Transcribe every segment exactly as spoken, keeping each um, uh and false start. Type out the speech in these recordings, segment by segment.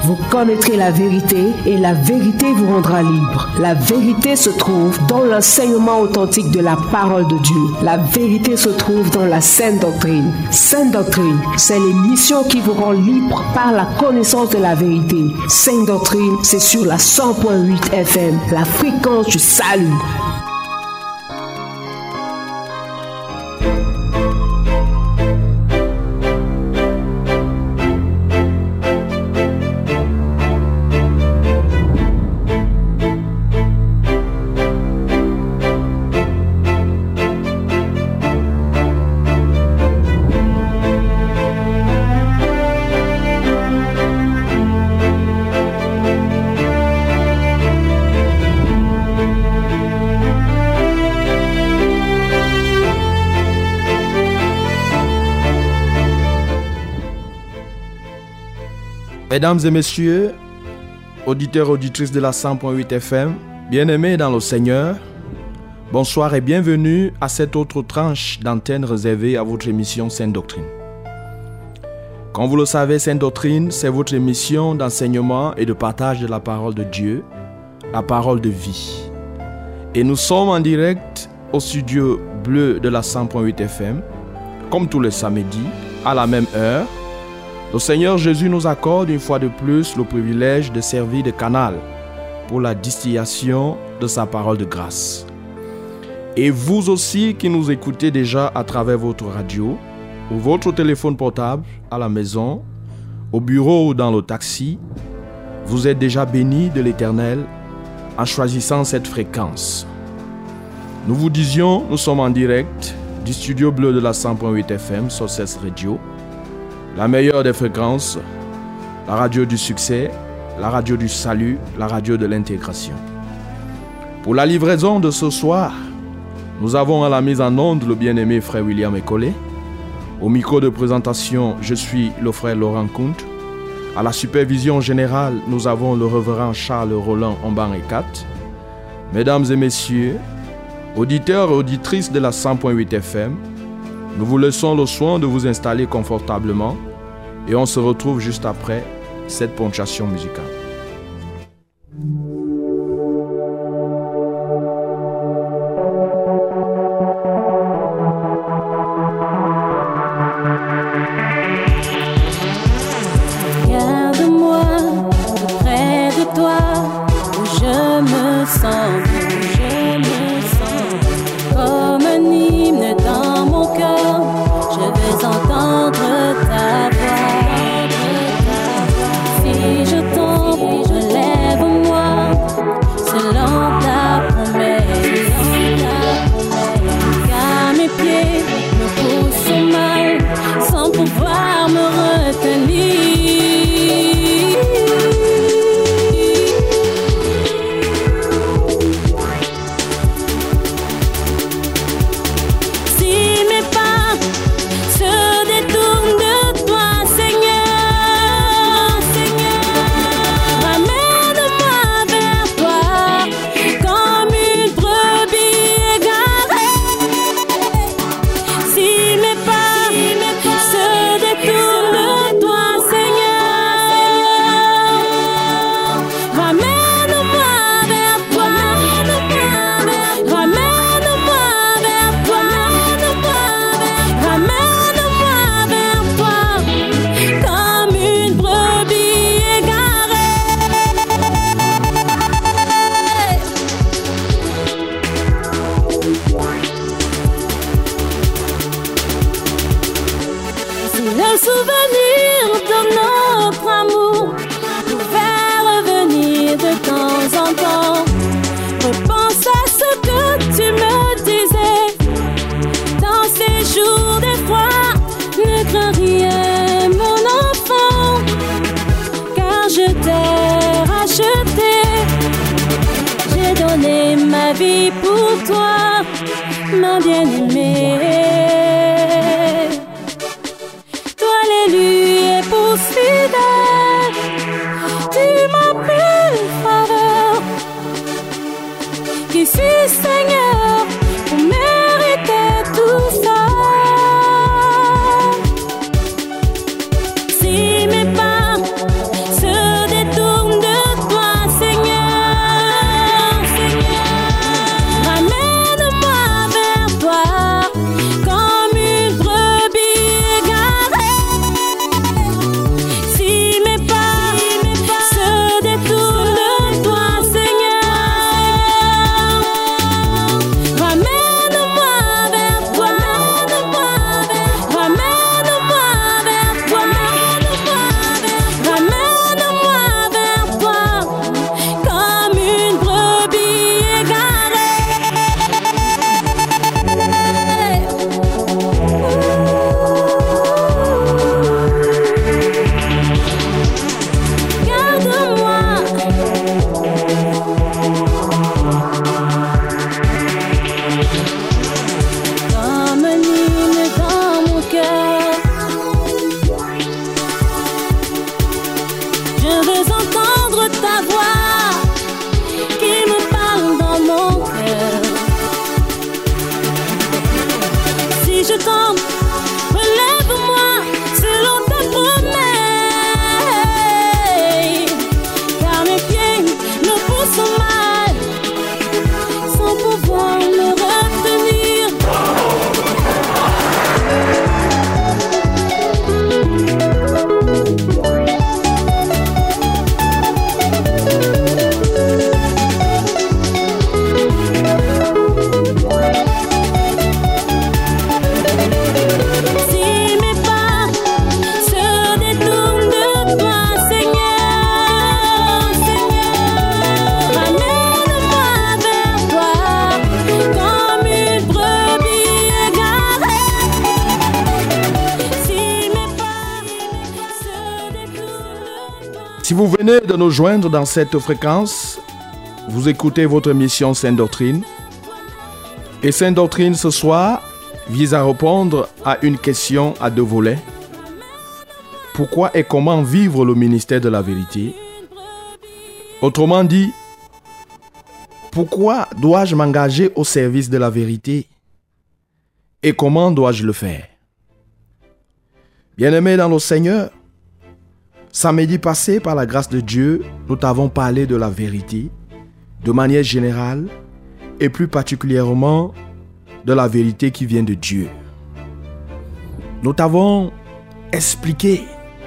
Vous connaîtrez la vérité et la vérité vous rendra libre. La vérité se trouve dans l'enseignement authentique de la parole de Dieu. La vérité se trouve dans la sainte doctrine. Sainte doctrine, c'est l'émission qui vous rend libre par la connaissance de la vérité. Sainte doctrine, c'est sur la cent point huit F M, la fréquence du salut. Mesdames et messieurs, auditeurs et auditrices de la cent point huit F M, bien-aimés dans le Seigneur, bonsoir et bienvenue à cette autre tranche d'antenne réservée à votre émission Sainte Doctrine. Comme vous le savez, Sainte Doctrine, c'est votre émission d'enseignement et de partage de la parole de Dieu, la parole de vie. Et nous sommes en direct au studio bleu de la cent point huit F M, comme tous les samedis, à la même heure. Le Seigneur Jésus nous accorde une fois de plus le privilège de servir de canal pour la distillation de sa parole de grâce. Et vous aussi qui nous écoutez déjà à travers votre radio ou votre téléphone portable à la maison, au bureau ou dans le taxi, vous êtes déjà bénis de l'Éternel en choisissant cette fréquence. Nous vous disions, nous sommes en direct du studio bleu de la cent point huit F M sur Success Radio, la meilleure des fréquences, la radio du succès, la radio du salut, la radio de l'intégration. Pour la livraison de ce soir, nous avons à la mise en onde le bien-aimé frère William Ecolé. Au micro de présentation, je suis le frère Laurent Kunt. À la supervision générale, nous avons le révérend Charles Roland Omban-Ekat. Mesdames et messieurs, auditeurs et auditrices de la cent point huit F M, nous vous laissons le soin de vous installer confortablement et on se retrouve juste après cette ponctuation musicale. Garde-moi près de toi où je me sens bien, je me sens comme un hymne dans mon cœur. Je veux entendre ta voix. Si je tombe, relève-moi selon ta promesse. Car mes pieds me poussent au mal sans pouvoir me retenir. Vie pour toi, ma bien-aimée. Toi l'élu épouse fidèle, tu m'appelles faveur. Qui suis Seigneur pour mériter tout ça? Si mes pas se Je veux entendre ta voix qui me parle dans mon cœur. Si je tombe, relève-moi selon ta promesse, car mes pieds me poussent au mal sans pouvoir me retenir. Si vous venez de nous joindre dans cette fréquence, vous écoutez votre émission Sainte Doctrine. Et Sainte Doctrine ce soir vise à répondre à une question à deux volets. Pourquoi et comment vivre le ministère de la vérité? Autrement dit, pourquoi dois-je m'engager au service de la vérité? Et comment dois-je le faire? Bien-aimés dans le Seigneur, samedi passé, par la grâce de Dieu, nous t'avons parlé de la vérité, de manière générale, et plus particulièrement de la vérité qui vient de Dieu. Nous t'avons expliqué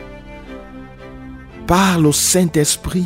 par le Saint-Esprit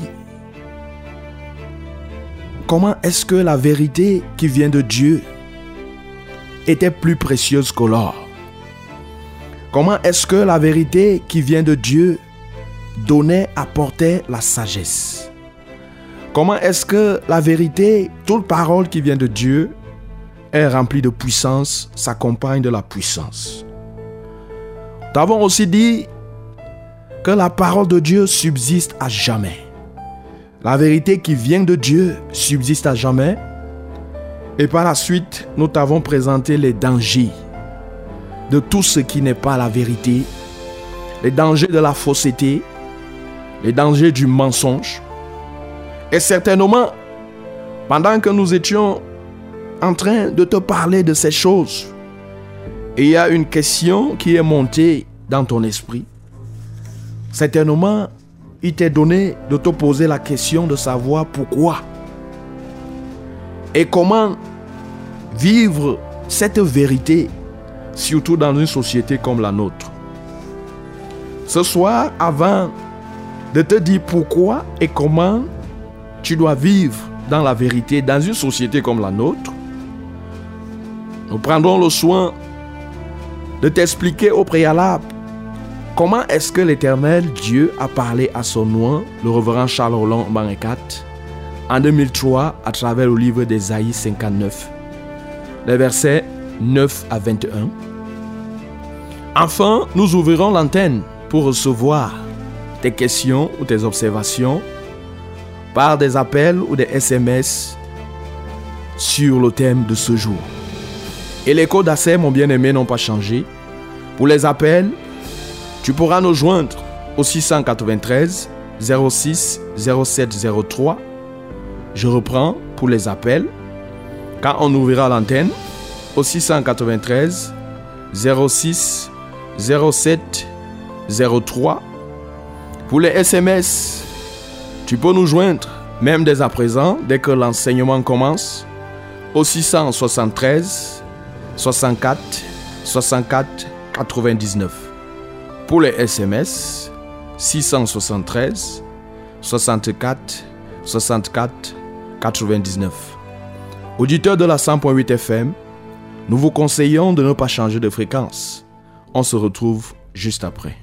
comment est-ce que la vérité qui vient de Dieu était plus précieuse que l'or. Comment est-ce que la vérité qui vient de Dieu donnait, apportait la sagesse. Comment est-ce que la vérité, toute parole qui vient de Dieu, est remplie de puissance, s'accompagne de la puissance. Nous avons aussi dit que la parole de Dieu subsiste à jamais. La vérité qui vient de Dieu subsiste à jamais. Et par la suite, nous t'avons présenté les dangers de tout ce qui n'est pas la vérité, les dangers de la fausseté, les dangers du mensonge. Et certainement, pendant que nous étions en train de te parler de ces choses, il y a une question qui est montée dans ton esprit. Certainement, il t'est donné de te poser la question de savoir pourquoi et comment vivre cette vérité, surtout dans une société comme la nôtre. Ce soir, avant de te dire pourquoi et comment tu dois vivre dans la vérité dans une société comme la nôtre, nous prendrons le soin de t'expliquer au préalable comment est-ce que l'Éternel Dieu a parlé à son nom, le révérend Charles Roland Banrekat, en deux mille trois à travers le livre d'Ésaïe cinquante-neuf, les versets neuf à vingt et un. Enfin, nous ouvrirons l'antenne pour recevoir tes questions ou tes observations par des appels ou des S M S sur le thème de ce jour. Et les codes d'accès, mon bien-aimé, n'ont pas changé. Pour les appels, tu pourras nous joindre au six cent quatre-vingt-treize zéro six zéro sept zéro trois. Je reprends pour les appels. Quand on ouvrira l'antenne, au six cent quatre-vingt-treize zéro six zéro sept zéro trois. Pour les S M S, tu peux nous joindre, même dès à présent, dès que l'enseignement commence, au six cent soixante-treize soixante-quatre soixante-quatre quatre-vingt-dix-neuf. Pour les S M S, six cent soixante-treize soixante-quatre soixante-quatre quatre-vingt-dix-neuf. Auditeurs de la cent point huit F M, nous vous conseillons de ne pas changer de fréquence. On se retrouve juste après.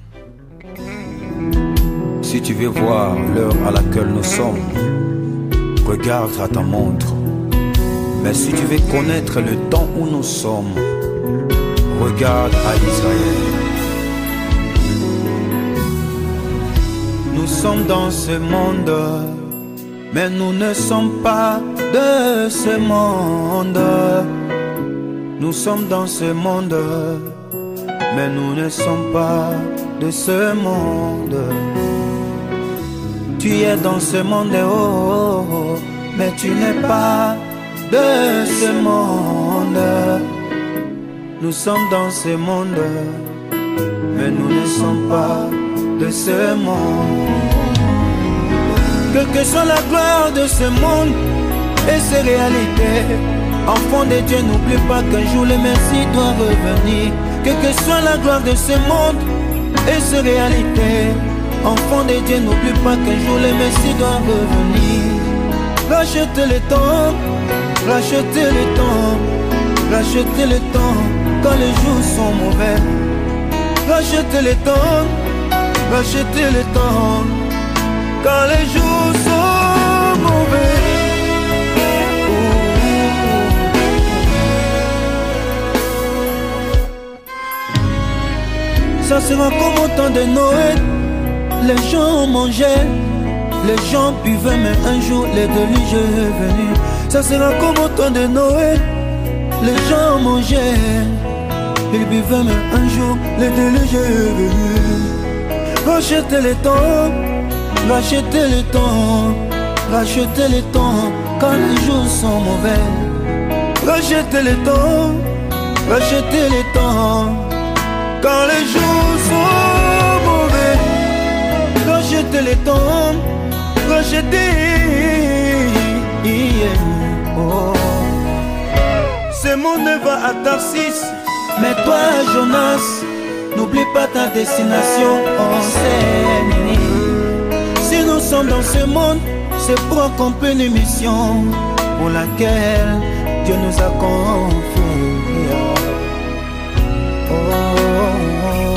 Si tu veux voir l'heure à laquelle nous sommes, regarde à ta montre. Mais si tu veux connaître le temps où nous sommes, regarde à Israël. Nous sommes dans ce monde, mais nous ne sommes pas de ce monde. Nous sommes dans ce monde, mais nous ne sommes pas de ce monde. Tu es dans ce monde, oh, oh, oh, mais tu n'es pas de ce monde. Nous sommes dans ce monde, mais nous ne sommes pas de ce monde. Quelle que soit la gloire de ce monde et ses réalités, enfant de Dieu, n'oublie pas qu'un jour le Messie doit revenir. Quelle que soit la gloire de ce monde et ses réalités, enfant de Dieu, n'oublie pas qu'un jour le Messie doit revenir. Rachetez le temps, rachetez le temps, rachetez le temps quand les jours sont mauvais. Rachetez le temps, rachetez le temps quand les jours sont mauvais. Ça sera comme au temps de Noël. Les gens mangeaient, les gens buvaient, mais un jour les déluges est venu. Ça sera comme au temps de Noël. Les gens mangeaient, ils buvaient, mais un jour les déluges est venu. Rachetez le temps, rachetez le temps, rachetez le temps quand les jours sont mauvais. Rachetez le temps, rachetez le temps quand les jours sont mauvais. Rachetez le temps, rachetez. Oh. Ce monde va à Tarsis, mais toi Jonas, n'oublie pas ta destination. On sait. Si nous sommes dans ce monde, c'est pour accomplir une mission pour laquelle Dieu nous a confiés. Oh, oh, oh.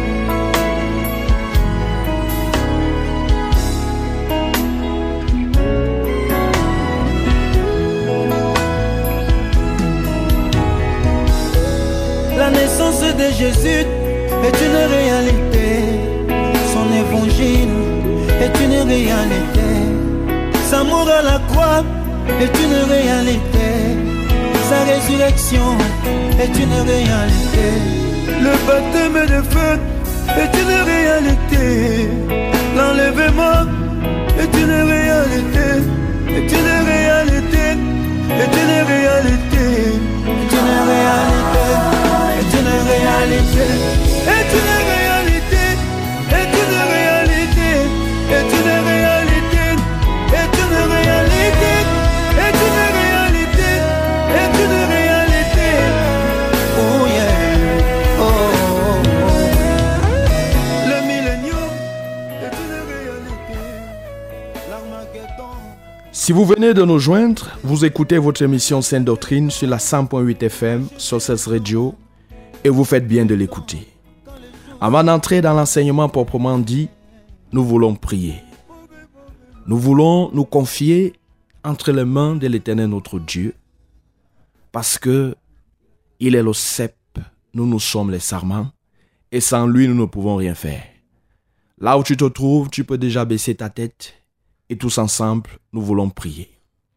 La naissance de Jésus est une réalité. Son évangile est une réalité. Sa mort à la croix est une réalité. Sa résurrection est une réalité. Le baptême de feu est une réalité. L'enlèvement est une réalité. Est une réalité. Est une réalité. Est une réalité. Est une réalité. Est une réalité. Est une réalité. Est une réalité. Est une réalité. Est une réalité. Est une réalité. Oh yeah. Oh, oh, oh. Le millénium est une réalité. L'Armageddon. Si vous venez de nous joindre, vous écoutez votre émission Sainte Doctrine sur la cent point huit F M, Sources Radio, et vous faites bien de l'écouter. Avant d'entrer dans l'enseignement proprement dit, nous voulons prier. Nous voulons nous confier entre les mains de l'Éternel notre Dieu, parce que il est le cep, nous nous sommes les sarments, et sans lui nous ne pouvons rien faire. Là où tu te trouves, tu peux déjà baisser ta tête, et tous ensemble, nous voulons prier.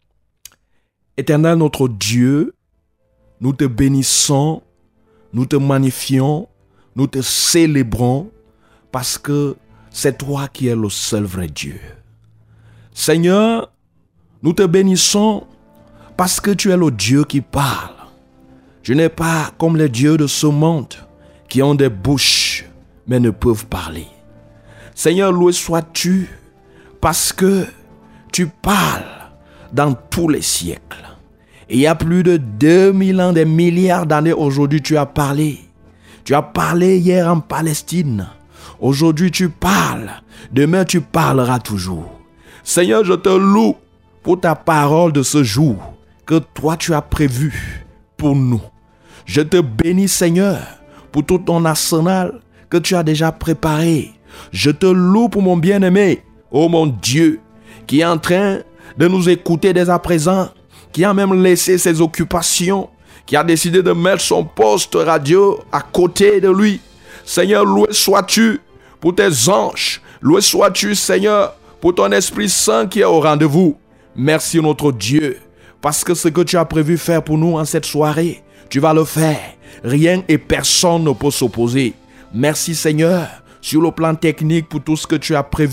Éternel notre Dieu, nous te bénissons, nous te magnifions, nous te célébrons, parce que c'est toi qui es le seul vrai Dieu. Seigneur, nous te bénissons parce que tu es le Dieu qui parle. Tu n'es pas comme les dieux de ce monde qui ont des bouches mais ne peuvent parler. Seigneur, loué sois-tu parce que tu parles dans tous les siècles. Et il y a plus de deux mille ans, des milliards d'années, aujourd'hui tu as parlé. Tu as parlé hier en Palestine. Aujourd'hui tu parles. Demain tu parleras toujours. Seigneur, je te loue pour ta parole de ce jour que toi tu as prévu pour nous. Je te bénis, Seigneur, pour tout ton arsenal que tu as déjà préparé. Je te loue pour mon bien-aimé, oh mon Dieu, qui est en train de nous écouter dès à présent, qui a même laissé ses occupations, qui a décidé de mettre son poste radio à côté de lui. Seigneur, loué sois-tu pour tes anges. Loué sois-tu, Seigneur, pour ton Esprit Saint qui est au rendez-vous. Merci notre Dieu, parce que ce que tu as prévu faire pour nous en cette soirée, tu vas le faire. Rien et personne ne peut s'opposer. Merci Seigneur, sur le plan technique pour tout ce que tu as prévu.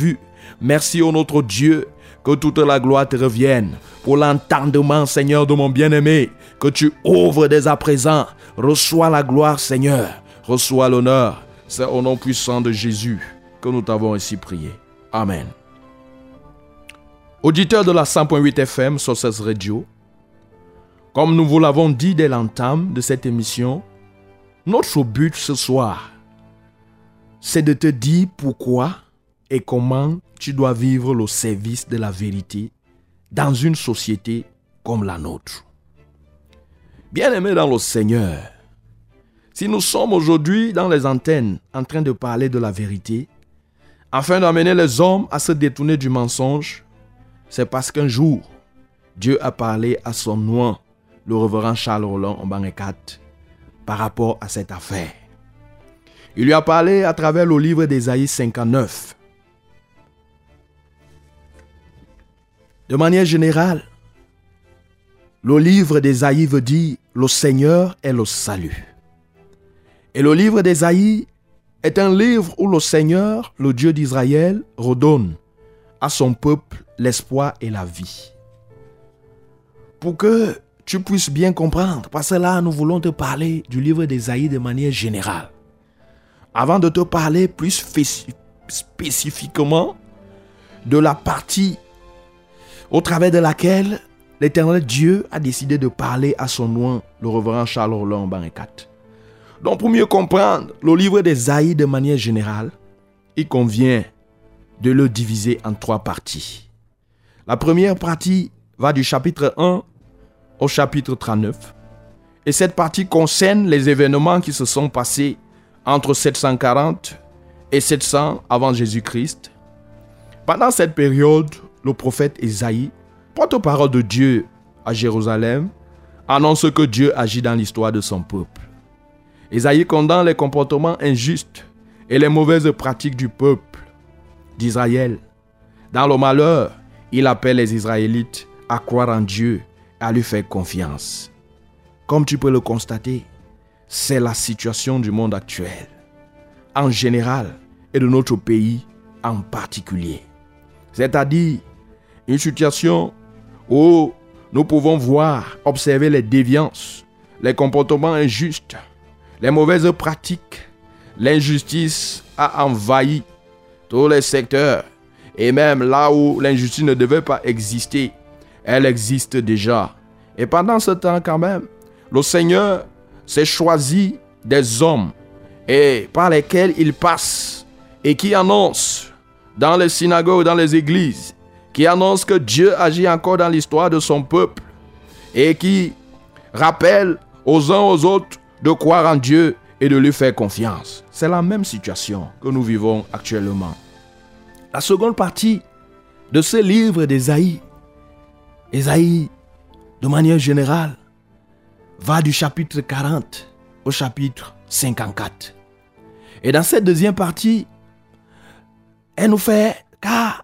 Merci, ô notre Dieu, que toute la gloire te revienne pour l'entendement, Seigneur, de mon bien-aimé, que tu ouvres dès à présent. Reçois la gloire, Seigneur. Reçois l'honneur. C'est au nom puissant de Jésus que nous t'avons ainsi prié. Amen. Auditeurs de la cent point huit F M Sources Radio, comme nous vous l'avons dit dès l'entame de cette émission, notre but ce soir, c'est de te dire pourquoi et comment tu dois vivre le service de la vérité dans une société comme la nôtre. Bien-aimés dans le Seigneur, si nous sommes aujourd'hui dans les antennes en train de parler de la vérité, afin d'amener les hommes à se détourner du mensonge, c'est parce qu'un jour, Dieu a parlé à son nom, le révérend Charles Roland Ombangekat, par rapport à cette affaire. Il lui a parlé à travers le livre d'Ésaïe cinquante-neuf. De manière générale, le livre d'Ésaïe veut dire « Le Seigneur est le salut ». Et le livre d'Ésaïe est un livre où le Seigneur, le Dieu d'Israël, redonne à son peuple l'espoir et la vie. Pour que tu puisses bien comprendre, parce que là, nous voulons te parler du livre d'Ésaïe de manière générale. Avant de te parler plus spécifiquement de la partie au travers de laquelle l'Éternel Dieu a décidé de parler à son nom, le révérend Charles Roland Ombangekat. Donc pour mieux comprendre le livre d'Ésaïe de manière générale, il convient de le diviser en trois parties. La première partie va du chapitre un au chapitre trente-neuf. Et cette partie concerne les événements qui se sont passés entre sept cent quarante et sept cents avant Jésus-Christ. Pendant cette période, le prophète Ésaïe, porte-parole de Dieu à Jérusalem, annonce que Dieu agit dans l'histoire de son peuple. Ésaïe condamne les comportements injustes et les mauvaises pratiques du peuple d'Israël. Dans le malheur, il appelle les Israélites à croire en Dieu et à lui faire confiance. Comme tu peux le constater, c'est la situation du monde actuel, en général, et de notre pays en particulier. C'est-à-dire une situation où nous pouvons voir, observer les déviances, les comportements injustes, les mauvaises pratiques. L'injustice a envahi tous les secteurs. Et même là où l'injustice ne devait pas exister, elle existe déjà. Et pendant ce temps quand même, le Seigneur s'est choisi des hommes et par lesquels il passe et qui annoncent dans les synagogues, dans les églises, qui annoncent que Dieu agit encore dans l'histoire de son peuple et qui rappellent aux uns aux autres de croire en Dieu et de lui faire confiance. C'est la même situation que nous vivons actuellement. La seconde partie de ce livre d'Ésaïe, Ésaïe, de manière générale, va du chapitre quarante au chapitre cinquante-quatre. Et dans cette deuxième partie, elle nous fait cas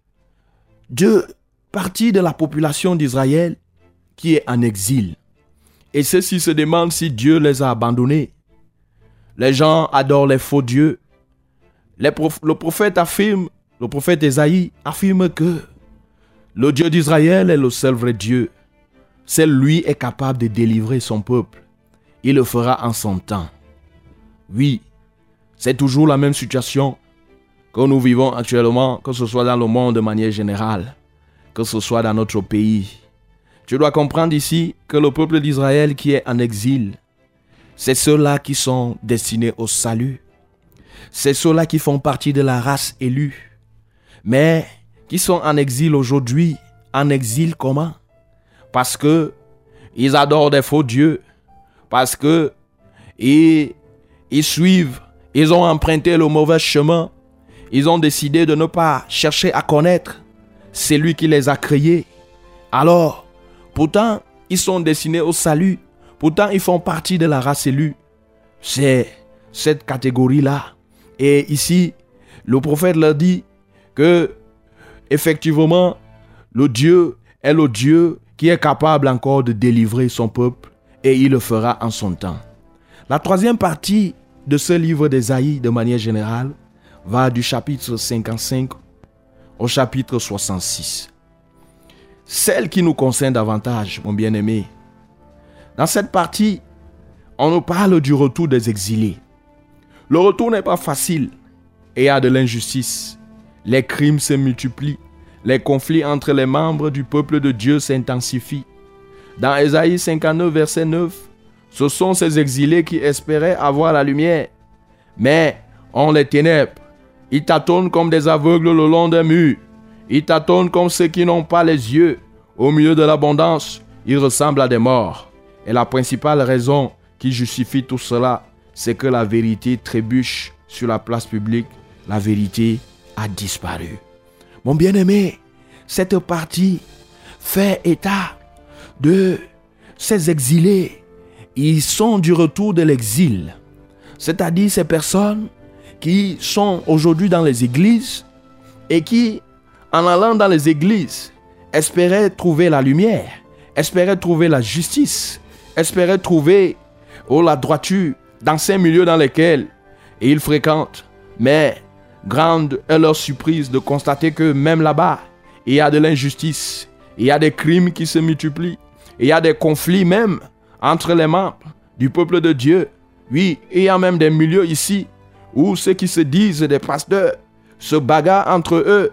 de partie de la population d'Israël qui est en exil. Et ceux-ci se demandent si Dieu les a abandonnés. Les gens adorent les faux dieux. Les prof- le prophète affirme, le prophète Ésaïe affirme que le Dieu d'Israël est le seul vrai Dieu. Seul lui est capable de délivrer son peuple. Il le fera en son temps. Oui, c'est toujours la même situation que nous vivons actuellement, que ce soit dans le monde de manière générale, que ce soit dans notre pays. Tu dois comprendre ici que le peuple d'Israël qui est en exil, c'est ceux-là qui sont destinés au salut. C'est ceux-là qui font partie de la race élue, mais qui sont en exil aujourd'hui. En exil comment? Parce que ils adorent des faux dieux, parce que ils, ils suivent, ils ont emprunté le mauvais chemin, ils ont décidé de ne pas chercher à connaître celui qui les a créés. Alors, pourtant, ils sont destinés au salut, pourtant ils font partie de la race élue. C'est cette catégorie-là. Et ici, le prophète leur dit que, effectivement, le Dieu est le Dieu qui est capable encore de délivrer son peuple et il le fera en son temps. La troisième partie de ce livre d'Ésaïe, de manière générale, va du chapitre cinquante-cinq au chapitre soixante-six. Celle qui nous concerne davantage, mon bien-aimé. Dans cette partie, on nous parle du retour des exilés. Le retour n'est pas facile et il y a de l'injustice. Les crimes se multiplient. Les conflits entre les membres du peuple de Dieu s'intensifient. Dans Ésaïe cinquante-neuf, verset neuf, ce sont ces exilés qui espéraient avoir la lumière, mais ont les ténèbres. Ils tâtonnent comme des aveugles le long des murs. Ils tâtonnent comme ceux qui n'ont pas les yeux. Au milieu de l'abondance, ils ressemblent à des morts. Et la principale raison qui justifie tout cela, c'est que la vérité trébuche sur la place publique. La vérité a disparu. Mon bien-aimé, cette partie fait état de ces exilés. Ils sont du retour de l'exil. C'est-à-dire ces personnes qui sont aujourd'hui dans les églises et qui, en allant dans les églises, espéraient trouver la lumière, espéraient trouver la justice, espéraient trouver oh, la droiture dans ces milieux dans lesquels ils fréquentent. Mais grande est leur surprise de constater que même là-bas, il y a de l'injustice, il y a des crimes qui se multiplient, il y a des conflits même entre les membres du peuple de Dieu. Oui, il y a même des milieux ici où ceux qui se disent des pasteurs se bagarrent entre eux.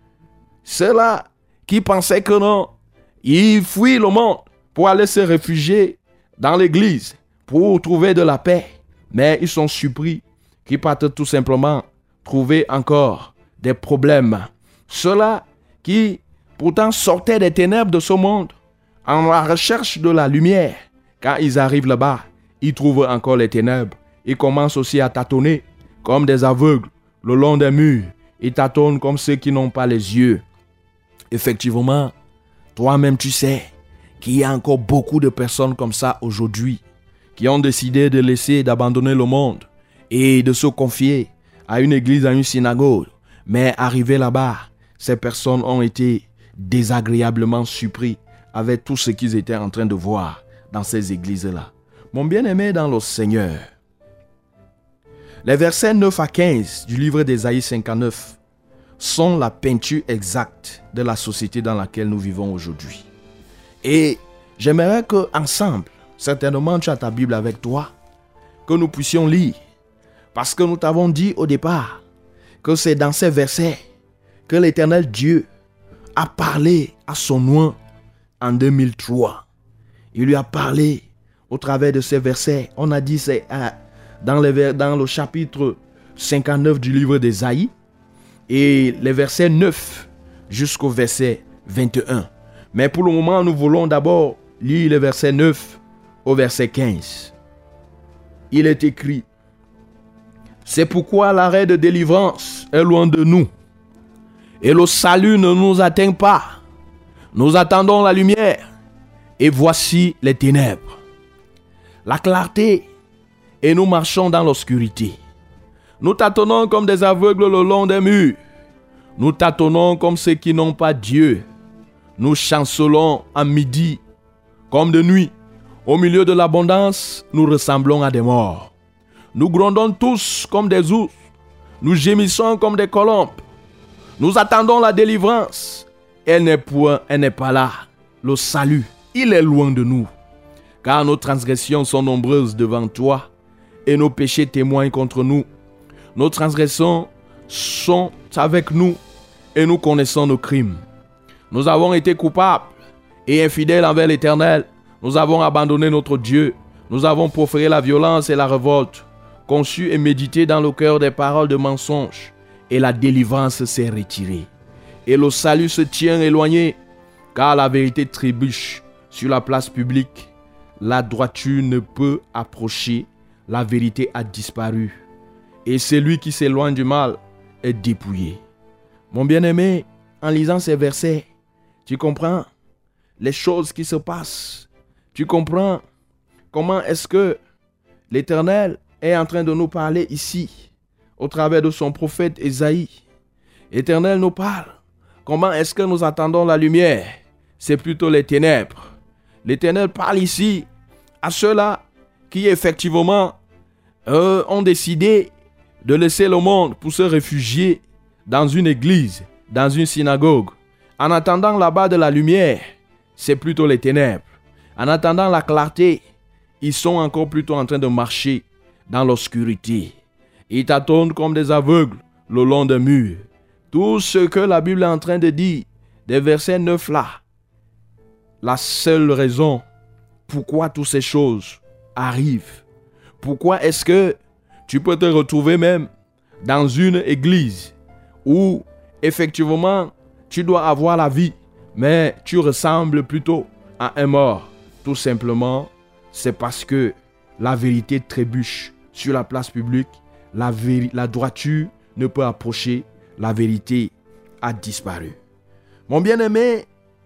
Ceux-là qui pensaient que non, ils fuient le monde pour aller se réfugier dans l'église pour trouver de la paix. Mais ils sont surpris qu'ils partent tout simplement trouver encore des problèmes. Ceux-là qui pourtant sortaient des ténèbres de ce monde en la recherche de la lumière. Quand ils arrivent là-bas, ils trouvent encore les ténèbres. Ils commencent aussi à tâtonner comme des aveugles le long des murs. Ils tâtonnent comme ceux qui n'ont pas les yeux. Effectivement, toi-même tu sais qu'il y a encore beaucoup de personnes comme ça aujourd'hui qui ont décidé de laisser, d'abandonner le monde et de se confier à une église, à une synagogue. Mais arrivés là-bas, ces personnes ont été désagréablement surpris avec tout ce qu'ils étaient en train de voir dans ces églises-là. Mon bien-aimé dans le Seigneur, les versets neuf à quinze du livre d'Ésaïe cinquante-neuf sont la peinture exacte de la société dans laquelle nous vivons aujourd'hui. Et j'aimerais qu'ensemble, certainement tu as ta Bible avec toi, que nous puissions lire. Parce que nous t'avons dit au départ que c'est dans ces versets que l'Éternel Dieu a parlé à son oint en deux mille trois. Il lui a parlé au travers de ces versets. On a dit c'est dans, les, dans le chapitre cinquante-neuf du livre d'Ésaïe et les versets neuf jusqu'au verset vingt et un. Mais pour le moment, nous voulons d'abord lire les versets neuf au verset quinze. Il est écrit: c'est pourquoi l'arrêt de délivrance est loin de nous et le salut ne nous atteint pas. Nous attendons la lumière et voici les ténèbres. La clarté et nous marchons dans l'obscurité. Nous tâtonnons comme des aveugles le long des murs. Nous tâtonnons comme ceux qui n'ont pas Dieu. Nous chancelons à midi comme de nuit. Au milieu de l'abondance, nous ressemblons à des morts. Nous grondons tous comme des ours. Nous gémissons comme des colombes. Nous attendons la délivrance. Elle n'est point, elle n'est pas là. Le salut, il est loin de nous. Car nos transgressions sont nombreuses devant toi et nos péchés témoignent contre nous. Nos transgressions sont avec nous et nous connaissons nos crimes. Nous avons été coupables et infidèles envers l'Éternel. Nous avons abandonné notre Dieu. Nous avons proféré la violence et la révolte, conçu et médité dans le cœur des paroles de mensonges. Et la délivrance s'est retirée. Et le salut se tient éloigné, car la vérité trébuche sur la place publique. La droiture ne peut approcher. La vérité a disparu. Et celui qui s'éloigne du mal est dépouillé. Mon bien-aimé, en lisant ces versets, tu comprends les choses qui se passent. Tu comprends comment est-ce que l'Éternel est en train de nous parler ici, au travers de son prophète Ésaïe. L'Éternel nous parle. Comment est-ce que nous attendons la lumière? C'est plutôt les ténèbres. L'Éternel parle ici à ceux-là qui effectivement euh, ont décidé de laisser le monde pour se réfugier dans une église dans une synagogue, en attendant là-bas de la lumière, c'est plutôt les ténèbres. En attendant la clarté, ils sont encore plutôt en train de marcher dans l'obscurité. Ils t'attendent comme des aveugles le long des murs. Tout ce que la Bible est en train de dire, des versets neuf là, la seule raison pourquoi toutes ces choses arrivent, pourquoi est-ce que tu peux te retrouver même dans une église où effectivement tu dois avoir la vie, mais tu ressembles plutôt à un mort. Tout simplement, c'est parce que la vérité trébuche sur la place publique, la, véri- la droiture ne peut approcher, la vérité a disparu. Mon bien-aimé,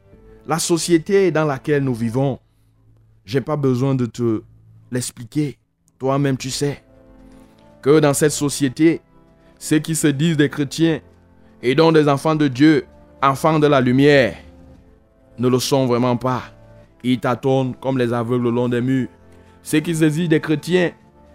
la société dans laquelle nous vivons, je n'ai pas besoin de te l'expliquer. Toi-même, tu sais que dans cette société, ceux qui se disent des chrétiens et dont des enfants de Dieu, enfants de la lumière, ne le sont vraiment pas. Ils tâtonnent comme les aveugles le long des murs. Ceux qui se disent des chrétiens,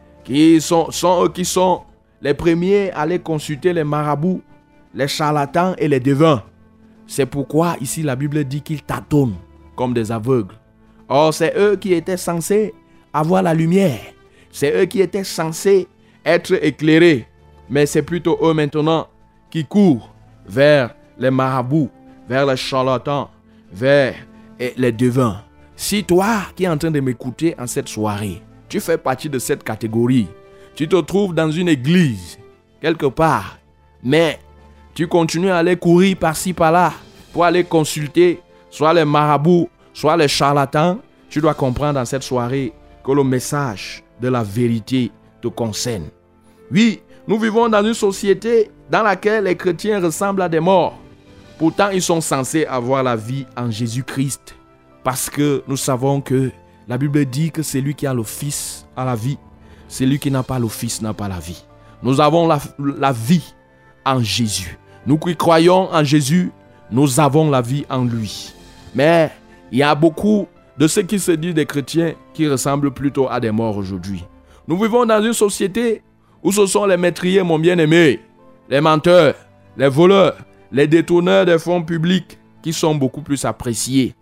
qui sont, sont eux qui sont les premiers à aller consulter les marabouts, les charlatans et les devins. C'est pourquoi ici la Bible dit qu'ils tâtonnent comme des aveugles. Or, c'est eux qui étaient censés avoir la lumière. C'est eux qui étaient censés être éclairés. Mais c'est plutôt eux maintenant qui courent vers les marabouts, vers les charlatans, vers les devins. Si toi qui es en train de m'écouter en cette soirée, tu fais partie de cette catégorie, tu te trouves dans une église, quelque part, mais tu continues à aller courir par-ci, par-là, pour aller consulter soit les marabouts, soit les charlatans, tu dois comprendre dans cette soirée que le message de la vérité te concerne. Oui, nous vivons dans une société dans laquelle les chrétiens ressemblent à des morts. Pourtant, ils sont censés avoir la vie en Jésus-Christ. Parce que nous savons que la Bible dit que celui qui a le Fils a la vie. Celui qui n'a pas le Fils n'a pas la vie. Nous avons la, la vie en Jésus. Nous qui croyons en Jésus, nous avons la vie en lui. Mais il y a beaucoup de ceux qui se disent des chrétiens qui ressemblent plutôt à des morts aujourd'hui. Nous vivons dans une société où ce sont les meurtriers, mon bien-aimé, les menteurs, les voleurs, les détourneurs des fonds publics qui sont beaucoup plus appréciés.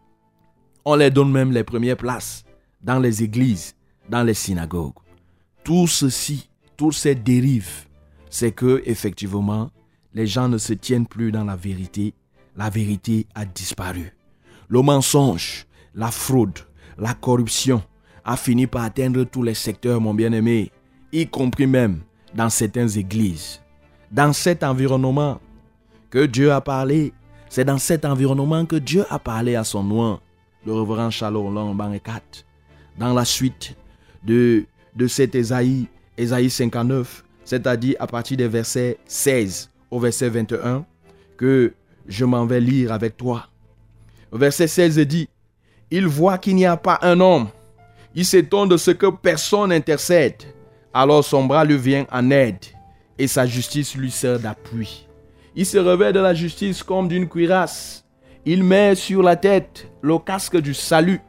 On les donne même les premières places dans les églises, dans les synagogues. Tout ceci, toutes ces dérives, c'est que effectivement, les gens ne se tiennent plus dans la vérité. La vérité a disparu. Le mensonge, la fraude, la corruption a fini par atteindre tous les secteurs, mon bien-aimé, y compris même dans certaines églises. Dans cet environnement que Dieu a parlé, c'est dans cet environnement que Dieu a parlé à son oint, le révérend Charles Roland Banrekat. Dans la suite de, de cet Ésaïe, Ésaïe cinquante-neuf, c'est-à-dire à partir des versets seize au verset vingt et un, que je m'en vais lire avec toi. Le verset seize dit, « Il voit qu'il n'y a pas un homme. Il s'étonne de ce que personne n'intercède. Alors son bras lui vient en aide et sa justice lui sert d'appui. Il se revêt de la justice comme d'une cuirasse. Il met sur la tête le casque du salut.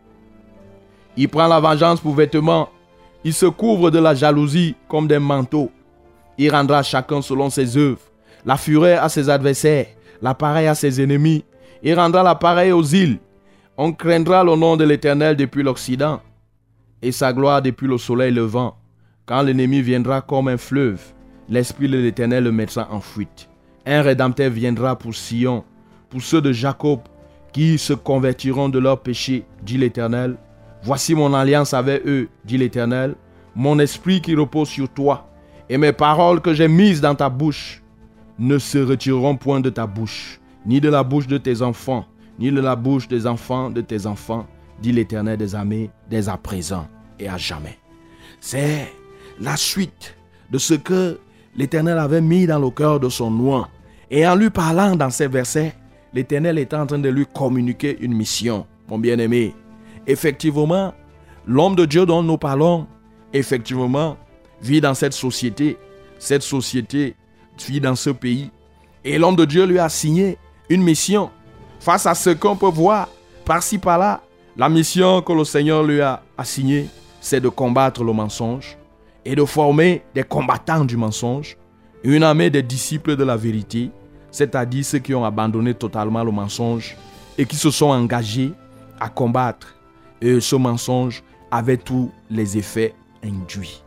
Il prend la vengeance pour vêtement. Il se couvre de la jalousie comme d'un manteau. Il rendra chacun selon ses œuvres. La fureur à ses adversaires, l'appareil à ses ennemis. Il rendra l'appareil aux îles. On craindra le nom de l'Éternel depuis l'Occident et sa gloire depuis le soleil levant. Quand l'ennemi viendra comme un fleuve, l'Esprit de l'Éternel le mettra en fuite. Un Rédempteur viendra pour Sion, pour ceux de Jacob qui se convertiront de leurs péchés, dit l'Éternel. Voici mon alliance avec eux, dit l'Éternel, mon esprit qui repose sur toi, et mes paroles que j'ai mises dans ta bouche ne se retireront point de ta bouche, ni de la bouche de tes enfants, ni de la bouche des enfants de tes enfants, dit l'Éternel des armées, dès à présent et à jamais. C'est la suite de ce que l'Éternel avait mis dans le cœur de son oint. Et en lui parlant dans ces versets, l'Éternel était en train de lui communiquer une mission, mon bien-aimé. Effectivement, l'homme de Dieu dont nous parlons, effectivement, vit dans cette société. Cette société vit dans ce pays. Et l'homme de Dieu lui a assigné une mission. Face à ce qu'on peut voir par-ci par-là, la mission que le Seigneur lui a assignée, c'est de combattre le mensonge et de former des combattants du mensonge, une armée des disciples de la vérité, c'est-à-dire ceux qui ont abandonné totalement le mensonge et qui se sont engagés à combattre. Et ce mensonge avait tous les effets induits.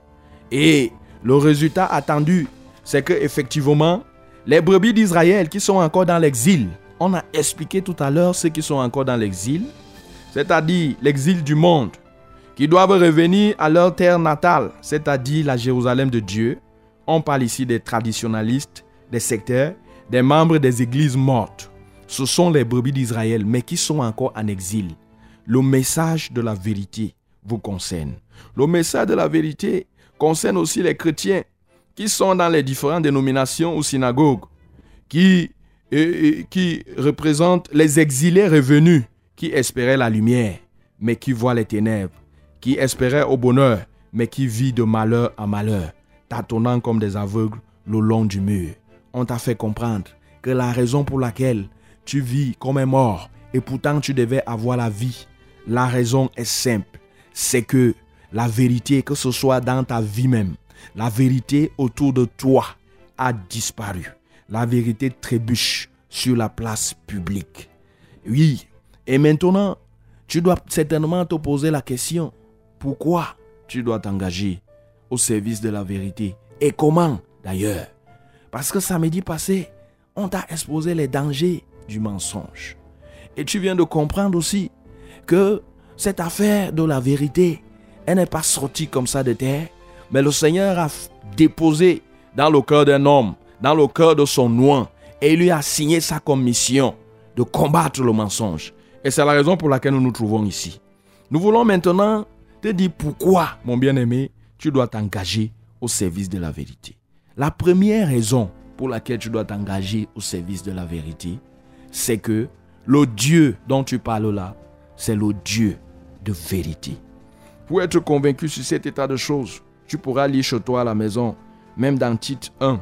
Et le résultat attendu, c'est que effectivement, les brebis d'Israël qui sont encore dans l'exil, on a expliqué tout à l'heure ceux qui sont encore dans l'exil, c'est-à-dire l'exil du monde, qui doivent revenir à leur terre natale, c'est-à-dire la Jérusalem de Dieu. On parle ici des traditionalistes, des sectaires, des membres des églises mortes. Ce sont les brebis d'Israël, mais qui sont encore en exil. Le message de la vérité vous concerne. Le message de la vérité concerne aussi les chrétiens qui sont dans les différentes dénominations ou synagogues, qui, euh, qui représentent les exilés revenus, qui espéraient la lumière, mais qui voient les ténèbres, qui espéraient au bonheur, mais qui vivent de malheur en malheur, tâtonnant comme des aveugles le long du mur. On t'a fait comprendre que la raison pour laquelle tu vis comme un mort et pourtant tu devais avoir la vie, la raison est simple, c'est que la vérité, que ce soit dans ta vie même, la vérité autour de toi a disparu. La vérité trébuche sur la place publique. Oui, et maintenant, tu dois certainement te poser la question, pourquoi tu dois t'engager au service de la vérité? Et comment d'ailleurs? Parce que samedi passé, on t'a exposé les dangers du mensonge. Et tu viens de comprendre aussi que cette affaire de la vérité, elle n'est pas sortie comme ça de terre, mais le Seigneur a déposé dans le cœur d'un homme, dans le cœur de son oint, et il lui a signé sa commission de combattre le mensonge. Et c'est la raison pour laquelle nous nous trouvons ici. Nous voulons maintenant te dire pourquoi, mon bien-aimé, tu dois t'engager au service de la vérité. La première raison pour laquelle tu dois t'engager au service de la vérité, c'est que le Dieu dont tu parles là, c'est le Dieu de vérité. Pour être convaincu sur cet état de choses, tu pourras lire chez toi à la maison, même dans Tite un,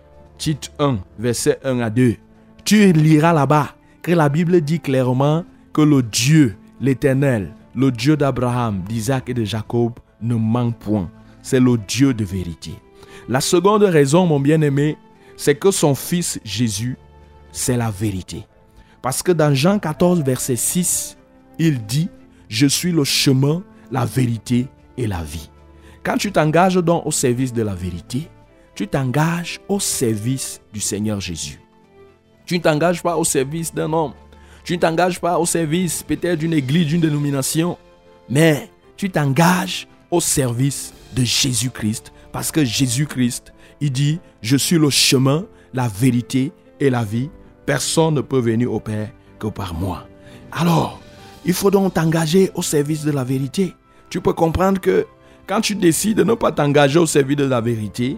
Tite un, verset un à deux. Tu liras là-bas que la Bible dit clairement que le Dieu, l'Éternel, le Dieu d'Abraham, d'Isaac et de Jacob ne manque point. C'est le Dieu de vérité. La seconde raison, mon bien-aimé, c'est que son fils Jésus, c'est la vérité. Parce que dans Jean quatorze, verset six, il dit « Je suis le chemin, la vérité et la vie ». Quand tu t'engages donc au service de la vérité, tu t'engages au service du Seigneur Jésus. Tu ne t'engages pas au service d'un homme. Tu ne t'engages pas au service peut-être d'une église, d'une dénomination. Mais tu t'engages au service de Jésus-Christ. Parce que Jésus-Christ, il dit « Je suis le chemin, la vérité et la vie. Personne ne peut venir au Père que par moi. » Alors, il faut donc t'engager au service de la vérité. Tu peux comprendre que quand tu décides de ne pas t'engager au service de la vérité,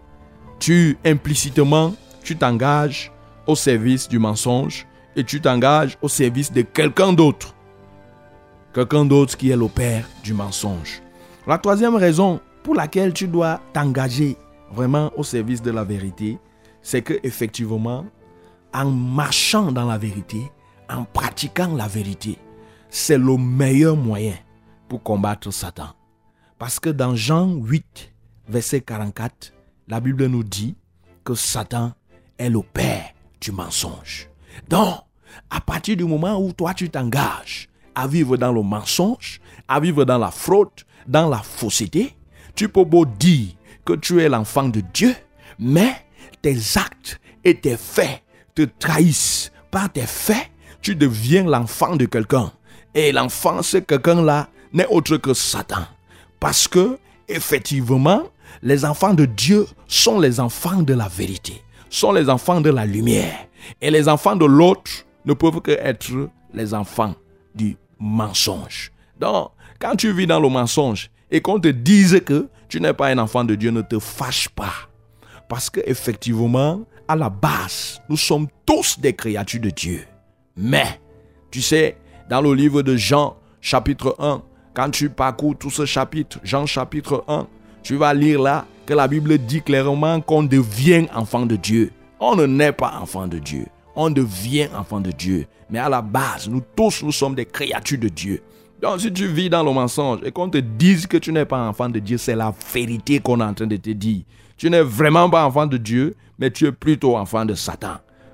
tu implicitement, tu t'engages au service du mensonge et tu t'engages au service de quelqu'un d'autre. Quelqu'un d'autre qui est le père du mensonge. La troisième raison pour laquelle tu dois t'engager vraiment au service de la vérité, c'est que effectivement, en marchant dans la vérité, en pratiquant la vérité, c'est le meilleur moyen pour combattre Satan. Parce que dans Jean huit, verset quarante-quatre, la Bible nous dit que Satan est le père du mensonge. Donc, à partir du moment où toi tu t'engages à vivre dans le mensonge, à vivre dans la fraude, dans la fausseté, tu peux beau dire que tu es l'enfant de Dieu, mais tes actes et tes faits te trahissent. Par tes faits, tu deviens l'enfant de quelqu'un. Et l'enfant, c'est quelqu'un-là, n'est autre que Satan. Parce que, effectivement, les enfants de Dieu sont les enfants de la vérité, sont les enfants de la lumière. Et les enfants de l'autre ne peuvent qu'être les enfants du mensonge. Donc, quand tu vis dans le mensonge et qu'on te dise que tu n'es pas un enfant de Dieu, ne te fâche pas. Parce qu'effectivement, à la base, nous sommes tous des créatures de Dieu. Mais, tu sais, dans le livre de Jean, chapitre un, quand tu parcours tout ce chapitre, Jean chapitre un, tu vas lire là que la Bible dit clairement qu'on devient enfant de Dieu. On ne naît pas enfant de Dieu. On devient enfant de Dieu. Mais à la base, nous tous, nous sommes des créatures de Dieu. Donc si tu vis dans le mensonge et qu'on te dise que tu n'es pas enfant de Dieu, c'est la vérité qu'on est en train de te dire. Tu n'es vraiment pas enfant de Dieu, mais tu es plutôt enfant de Satan.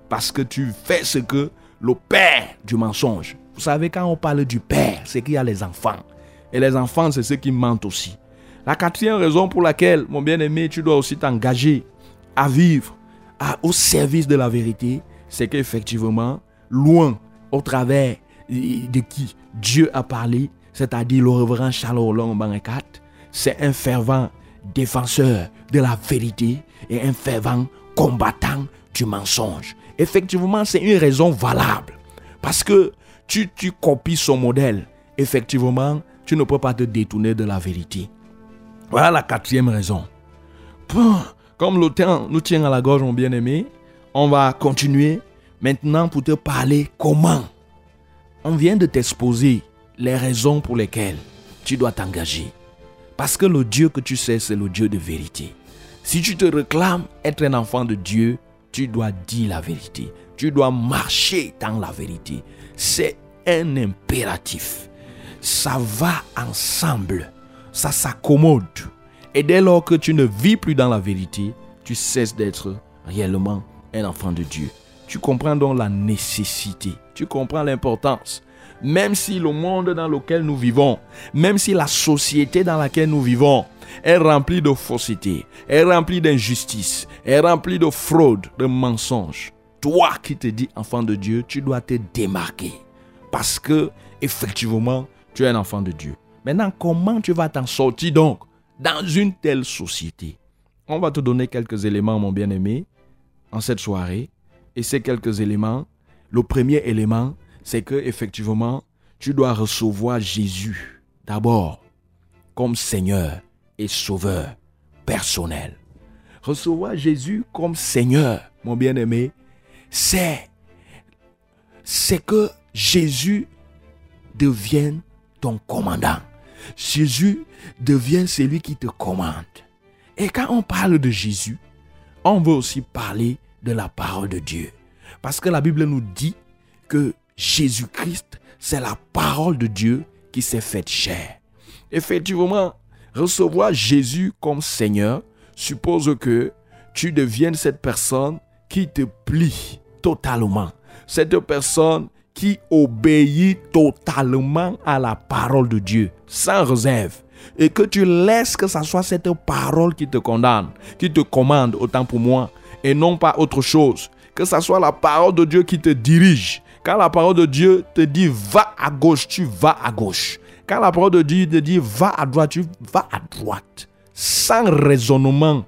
parce que tu fais ce que le père du mensonge. Vous savez, quand on parle du père, c'est qu'il y a les enfants. Et les enfants, c'est ceux qui mentent aussi. La quatrième raison pour laquelle, mon bien-aimé, tu dois aussi t'engager à vivre à, au service de la vérité, c'est qu'effectivement, loin, au travers de qui Dieu a parlé, c'est-à-dire le révérend Charles Roland Bangekat, c'est un fervent défenseur de la vérité et un fervent combattant du mensonge. Effectivement, c'est une raison valable. Parce que tu, tu copies son modèle. Effectivement, tu ne peux pas te détourner de la vérité. Voilà la quatrième raison. Comme le temps nous tient à la gorge, mon bien-aimé, on va continuer maintenant pour te parler comment. On vient de t'exposer les raisons pour lesquelles tu dois t'engager. Parce que le Dieu que tu sais, c'est le Dieu de vérité. Si tu te réclames être un enfant de Dieu, tu dois dire la vérité. Tu dois marcher dans la vérité. C'est un impératif. Ça va ensemble. Ça s'accommode. Et dès lors que tu ne vis plus dans la vérité, tu cesses d'être réellement un enfant de Dieu. Tu comprends donc la nécessité. Tu comprends l'importance. Même si le monde dans lequel nous vivons, même si la société dans laquelle nous vivons est remplie de fausseté, est remplie d'injustice, est remplie de fraude, de mensonges, toi qui te dis enfant de Dieu, tu dois te démarquer. Parce que, effectivement, tu es un enfant de Dieu. Maintenant, comment tu vas t'en sortir donc dans une telle société? On va te donner quelques éléments, mon bien-aimé, en cette soirée. Et ces quelques éléments, le premier élément, c'est que effectivement, tu dois recevoir Jésus d'abord comme Seigneur et Sauveur personnel. Recevoir Jésus comme Seigneur, mon bien-aimé, c'est, c'est que Jésus devienne ton commandant. Jésus devient celui qui te commande. Et quand on parle de Jésus, on veut aussi parler de la parole de Dieu. Parce que la Bible nous dit que Jésus-Christ, c'est la parole de Dieu qui s'est faite chair. Effectivement, recevoir Jésus comme Seigneur suppose que tu deviennes cette personne qui te plie totalement. Cette personne qui obéit totalement à la parole de Dieu, sans réserve. Et que tu laisses que ce soit cette parole qui te condamne, qui te commande, autant pour moi, et non pas autre chose. Que ce soit la parole de Dieu qui te dirige. Quand la parole de Dieu te dit va à gauche, tu vas à gauche. Quand la parole de Dieu te dit va à droite, tu vas à droite. Sans raisonnement.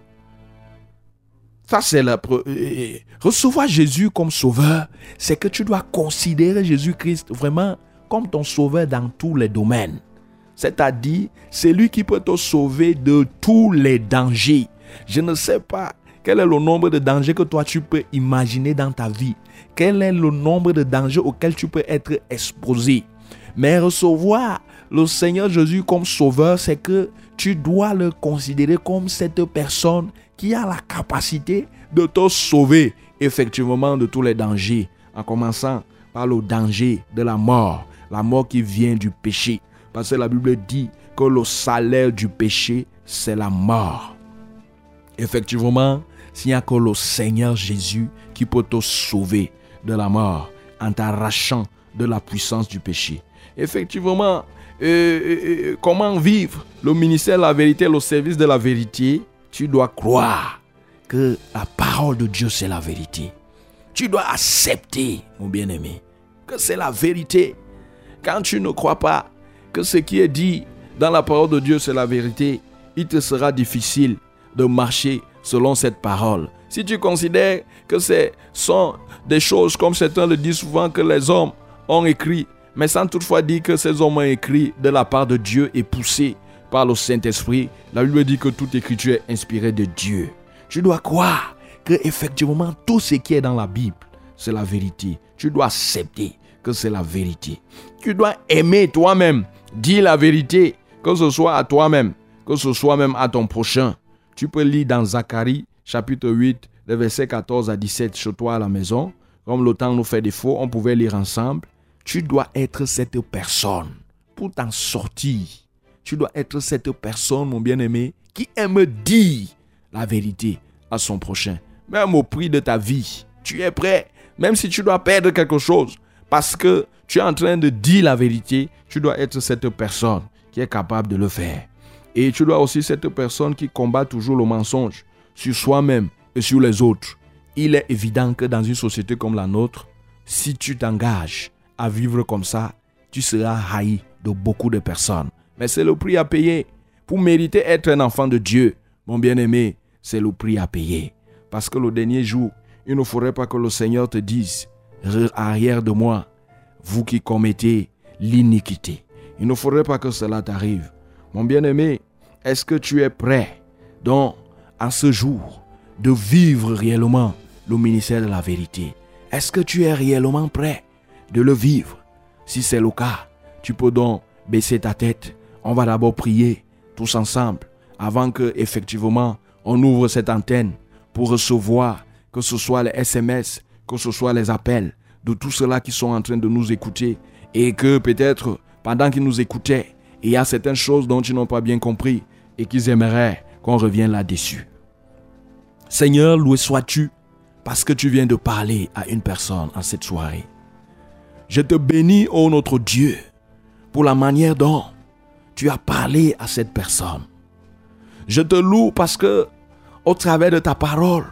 Ça, c'est la pre... Recevoir Jésus comme sauveur, c'est que tu dois considérer Jésus-Christ vraiment comme ton sauveur dans tous les domaines. C'est-à-dire, c'est lui qui peut te sauver de tous les dangers. Je ne sais pas quel est le nombre de dangers que toi tu peux imaginer dans ta vie. Quel est le nombre de dangers auxquels tu peux être exposé. Mais recevoir le Seigneur Jésus comme sauveur, c'est que tu dois le considérer comme cette personne qui a la capacité de te sauver effectivement de tous les dangers. En commençant par le danger de la mort. La mort qui vient du péché. Parce que la Bible dit que le salaire du péché, c'est la mort. Effectivement, s'il n'y a que le Seigneur Jésus qui peut te sauver de la mort en t'arrachant de la puissance du péché. Effectivement, euh, euh, comment vivre le ministère de la vérité, le service de la vérité? Tu dois croire que la parole de Dieu, c'est la vérité. Tu dois accepter, mon bien-aimé, que c'est la vérité. Quand tu ne crois pas que ce qui est dit dans la parole de Dieu, c'est la vérité, il te sera difficile de marcher selon cette parole. Si tu considères que ce sont des choses, comme certains le disent souvent, que les hommes ont écrit, mais sans toutefois dire que ces hommes ont écrit de la part de Dieu et poussés par le Saint-Esprit, la Bible dit que toute écriture est inspirée de Dieu. Tu dois croire que effectivement tout ce qui est dans la Bible, c'est la vérité. Tu dois accepter que c'est la vérité. Tu dois aimer toi-même, dire la vérité, que ce soit à toi-même, que ce soit même à ton prochain. Tu peux lire dans Zacharie, chapitre huit, les versets quatorze à dix-sept, chez toi à la maison. Comme le temps nous fait défaut, on pouvait lire ensemble. Tu dois être cette personne pour t'en sortir. Tu dois être cette personne, mon bien-aimé, qui aime dire la vérité à son prochain. Même au prix de ta vie, tu es prêt Même si tu dois perdre quelque chose, parce que tu es en train de dire la vérité, tu dois être cette personne qui est capable de le faire. Et tu dois aussi être cette personne qui combat toujours le mensonge sur soi-même et sur les autres. Il est évident que dans une société comme la nôtre, si tu t'engages à vivre comme ça, tu seras haï de beaucoup de personnes. Mais c'est le prix à payer. Pour mériter être un enfant de Dieu, mon bien-aimé, c'est le prix à payer. Parce que le dernier jour, il ne faudrait pas que le Seigneur te dise « Arrière de moi, vous qui commettez l'iniquité ». Il ne faudrait pas que cela t'arrive. Mon bien-aimé, est-ce que tu es prêt, donc, à ce jour, de vivre réellement le ministère de la vérité? Est-ce que tu es réellement prêt de le vivre? Si c'est le cas, tu peux donc baisser ta tête. On va d'abord prier tous ensemble avant que, effectivement, on ouvre cette antenne pour recevoir, que ce soit les S M S, que ce soit les appels de tous ceux-là qui sont en train de nous écouter et que peut-être, pendant qu'ils nous écoutaient, il y a certaines choses dont ils n'ont pas bien compris et qu'ils aimeraient qu'on revienne là-dessus. Seigneur, loué sois-tu parce que tu viens de parler à une personne en cette soirée. Je te bénis, ô notre Dieu, pour la manière dont tu as parlé à cette personne. Je te loue parce que, au travers de ta parole,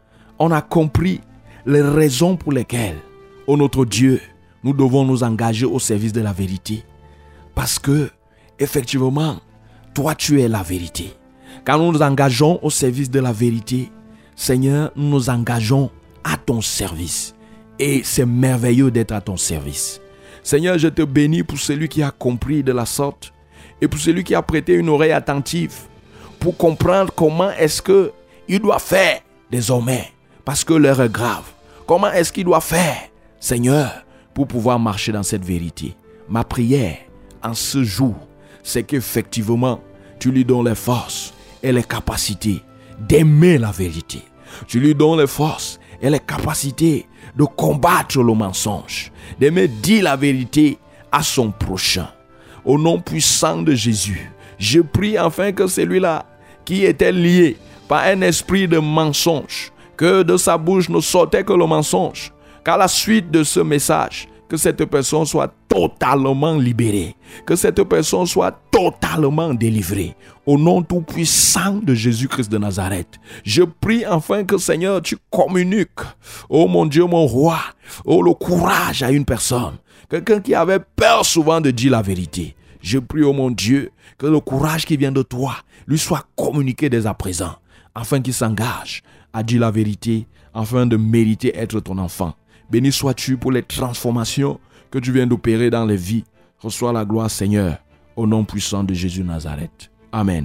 on a compris les raisons pour lesquelles, ô notre Dieu, nous devons nous engager au service de la vérité. Parce que, effectivement, toi tu es la vérité. Quand nous nous engageons au service de la vérité, Seigneur, nous nous engageons à ton service. Et c'est merveilleux d'être à ton service. Seigneur, je te bénis pour celui qui a compris de la sorte et pour celui qui a prêté une oreille attentive pour comprendre comment est-ce qu'il doit faire désormais, parce que l'heure est grave. Comment est-ce qu'il doit faire, Seigneur, pour pouvoir marcher dans cette vérité. Ma prière en ce jour, c'est qu'effectivement, tu lui donnes les forces et les capacités d'aimer la vérité. Tu lui donnes les forces et les capacités de combattre le mensonge, d'aimer dire la vérité à son prochain. Au nom puissant de Jésus, je prie enfin que celui-là qui était lié par un esprit de mensonge, que de sa bouche ne sortait que le mensonge, qu'à la suite de ce message, que cette personne soit totalement libérée, que cette personne soit totalement délivrée. Au nom tout puissant de Jésus-Christ de Nazareth, je prie enfin que Seigneur, tu communiques, oh mon Dieu, mon roi, oh le courage à une personne, quelqu'un qui avait peur souvent de dire la vérité. Je prie, oh mon Dieu, que le courage qui vient de toi lui soit communiqué dès à présent, afin qu'il s'engage à dire la vérité, afin de mériter être ton enfant. Béni sois-tu pour les transformations que tu viens d'opérer dans les vies. Reçois la gloire, Seigneur, au nom puissant de Jésus Nazareth. Amen.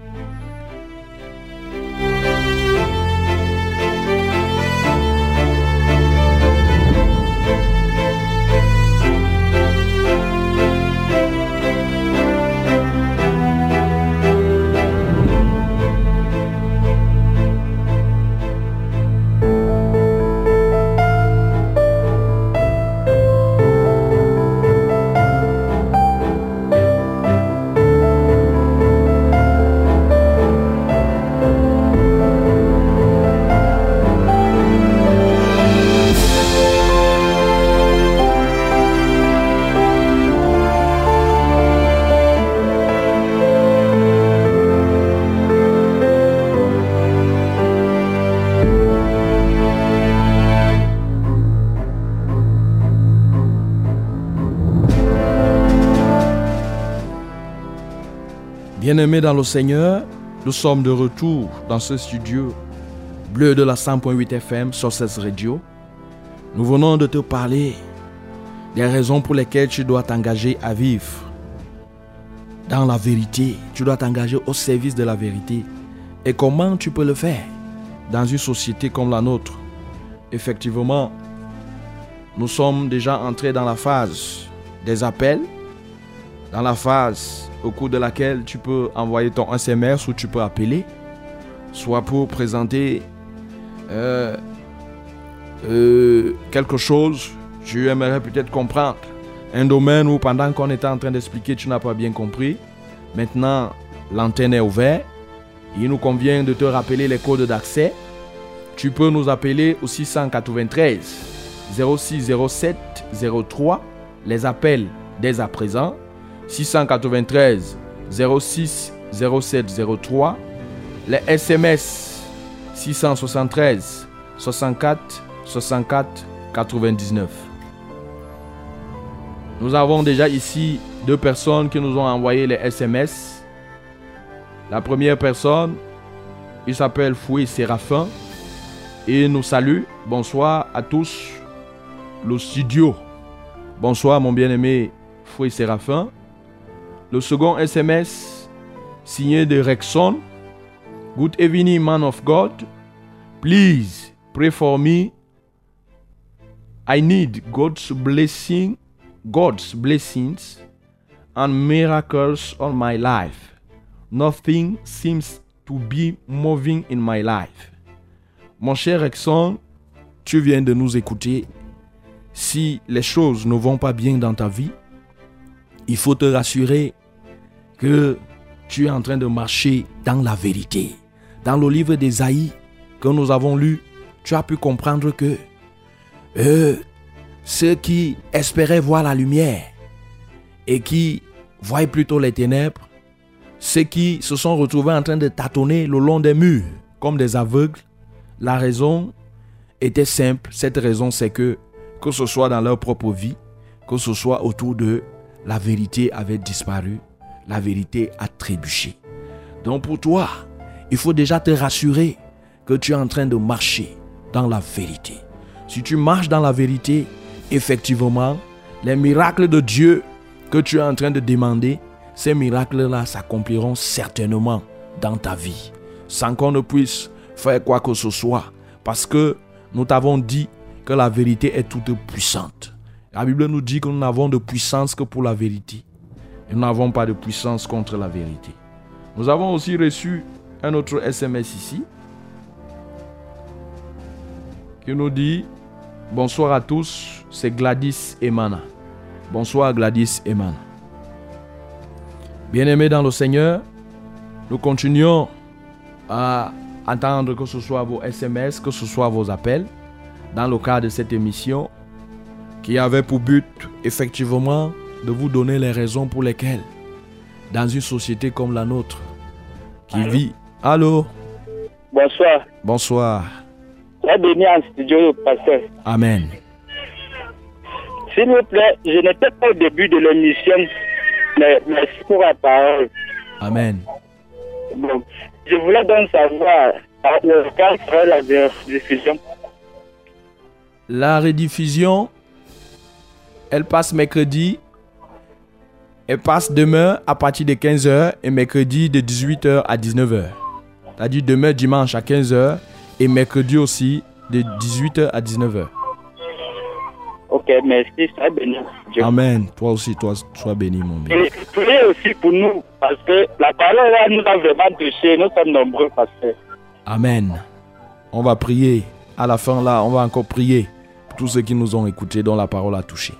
Bien-aimés dans le Seigneur, nous sommes de retour dans ce studio bleu de la cent point huit F M sur cette radio. Nous venons de te parler des raisons pour lesquelles tu dois t'engager à vivre dans la vérité. Tu dois t'engager au service de la vérité. Et comment tu peux le faire dans une société comme la nôtre? Effectivement, nous sommes déjà entrés dans la phase des appels, dans la phase au cours de laquelle tu peux envoyer ton S M S ou tu peux appeler, soit pour présenter euh, euh, quelque chose, tu aimerais peut-être comprendre un domaine où pendant qu'on était en train d'expliquer, tu n'as pas bien compris. Maintenant, l'antenne est ouverte. Il nous convient de te rappeler les codes d'accès. Tu peux nous appeler au six cent quatre-vingt-treize, zéro six zéro sept zéro trois. Les appels dès à présent. six cent quatre-vingt-treize zéro six zéro sept zéro trois. Les S M S six cent soixante-treize soixante-quatre soixante-quatre quatre-vingt-dix-neuf. Nous avons déjà ici deux personnes qui nous ont envoyé les S M S. La première personne, il s'appelle Fouet Séraphin et nous salue. Bonsoir à tous, le studio. Bonsoir mon bien-aimé Fouet Séraphin. Le second S M S, signé de Rexon. Good evening, man of God. Please pray for me. I need God's blessing, God's blessings and miracles on my life. Nothing seems to be moving in my life. Mon cher Rexon, tu viens de nous écouter. Si les choses ne vont pas bien dans ta vie, il faut te rassurer que tu es en train de marcher dans la vérité. Dans le livre d'Ésaïe que nous avons lu, tu as pu comprendre que euh, ceux qui espéraient voir la lumière et qui voyaient plutôt les ténèbres, ceux qui se sont retrouvés en train de tâtonner le long des murs comme des aveugles, la raison était simple. Cette raison, c'est que, que ce soit dans leur propre vie, que ce soit autour d'eux, la vérité avait disparu, la vérité a trébuché. Donc pour toi, il faut déjà te rassurer que tu es en train de marcher dans la vérité. Si tu marches dans la vérité, effectivement, les miracles de Dieu que tu es en train de demander, ces miracles-là s'accompliront certainement dans ta vie, sans qu'on ne puisse faire quoi que ce soit, parce que nous t'avons dit que la vérité est toute puissante. La Bible nous dit que nous n'avons de puissance que pour la vérité. Et nous n'avons pas de puissance contre la vérité. Nous avons aussi reçu un autre S M S ici, qui nous dit « Bonsoir à tous, c'est Gladys Emana. » Bonsoir Gladys Emana. Bien-aimés dans le Seigneur, nous continuons à attendre que ce soit vos S M S, que ce soit vos appels, dans le cadre de cette émission, qui avait pour but, effectivement, de vous donner les raisons pour lesquelles, dans une société comme la nôtre, qui Allô? vit... Allô? Bonsoir. Bonsoir. Sois béni en studio, pasteur. Amen. S'il vous plaît, je n'étais pas au début de l'émission, mais merci pour la parole. Amen. Bon, je voulais donc savoir quand sera la rediffusion. La rediffusion, elle passe mercredi. Elle passe demain à partir de quinze heures et mercredi de dix-huit heures à dix-neuf heures. C'est-à-dire demain dimanche à quinze heures et mercredi aussi de dix-huit heures à dix-neuf heures. Ok, merci, sois béni. Dieu. Amen. Toi aussi, toi, sois béni, mon bien. Et priez aussi pour nous, parce que la parole là nous a vraiment touchés. Nous sommes nombreux, pasteur. Amen. On va prier. À la fin là, on va encore prier pour tous ceux qui nous ont écoutés, dont la parole a touché.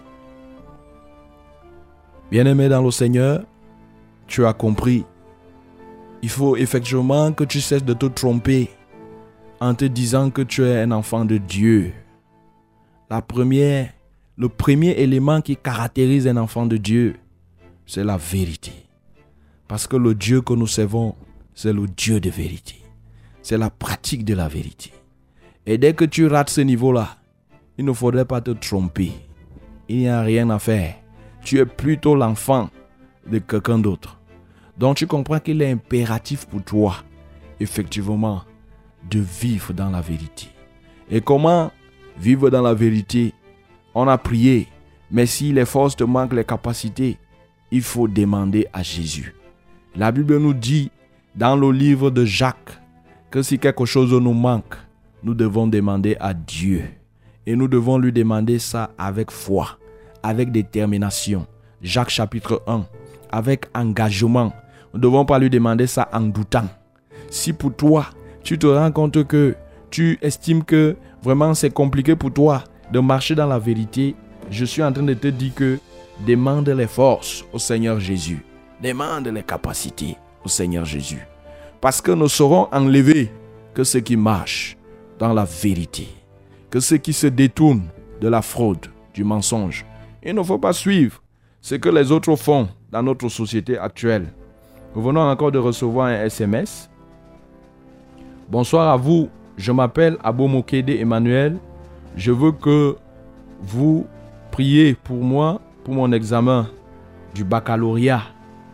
Bien-aimé dans le Seigneur, tu as compris. Il faut effectivement que tu cesses de te tromper en te disant que tu es un enfant de Dieu. La première, le premier élément qui caractérise un enfant de Dieu, c'est la vérité. Parce que le Dieu que nous servons, c'est le Dieu de vérité. C'est la pratique de la vérité. Et dès que tu rates ce niveau-là, il ne faudrait pas te tromper. Il n'y a rien à faire. Tu es plutôt l'enfant de quelqu'un d'autre. Donc tu comprends qu'il est impératif pour toi, effectivement, de vivre dans la vérité. Et comment vivre dans la vérité? On a prié, mais si les forces te manquent, les capacités, il faut demander à Jésus. La Bible nous dit dans le livre de Jacques que si quelque chose nous manque, nous devons demander à Dieu. Et nous devons lui demander ça avec foi, avec détermination. Jacques chapitre un, avec engagement. Nous ne devons pas lui demander ça en doutant. Si pour toi, tu te rends compte que tu estimes que vraiment c'est compliqué pour toi de marcher dans la vérité, je suis en train de te dire que demande les forces au Seigneur Jésus. Demande les capacités au Seigneur Jésus. Parce que nous serons enlevés que ceux qui marchent dans la vérité, que ceux qui se détournent de la fraude, du mensonge. Il ne faut pas suivre ce que les autres font dans notre société actuelle. Nous venons encore de recevoir un S M S. Bonsoir à vous, je m'appelle Abomokede Emmanuel. Je veux que vous priez pour moi, pour mon examen du baccalauréat.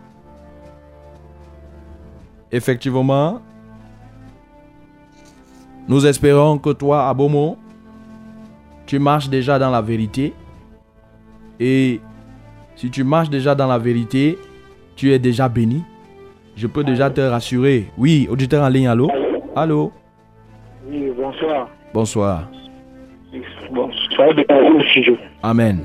Effectivement, nous espérons que toi, Abomo, tu marches déjà dans la vérité. Et si tu marches déjà dans la vérité, tu es déjà béni. Je peux déjà te rassurer. Oui, auditeur en ligne, allô? Allô? Oui, bonsoir. Bonsoir. Bonsoir de parole au studio. Amen.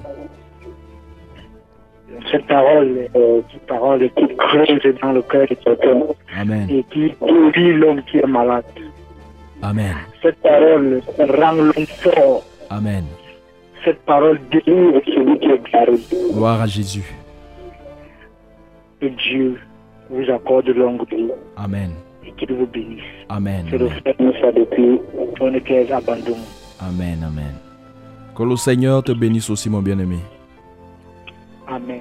Cette parole, euh, cette parole qui creuse dans le cœur de quelqu'un. Amen. Et qui guérit l'homme qui est malade. Amen. Cette parole rend l'homme fort. Amen. Cette parole délivre celui qui est guéri. Gloire à Jésus. Que Dieu vous accorde longue vie. Amen. Et qu'il vous bénisse. Amen. C'est le frère Moussa depuis Tonnequez Abandon. Amen. Amen. Que le Seigneur te bénisse aussi, mon bien-aimé. Amen.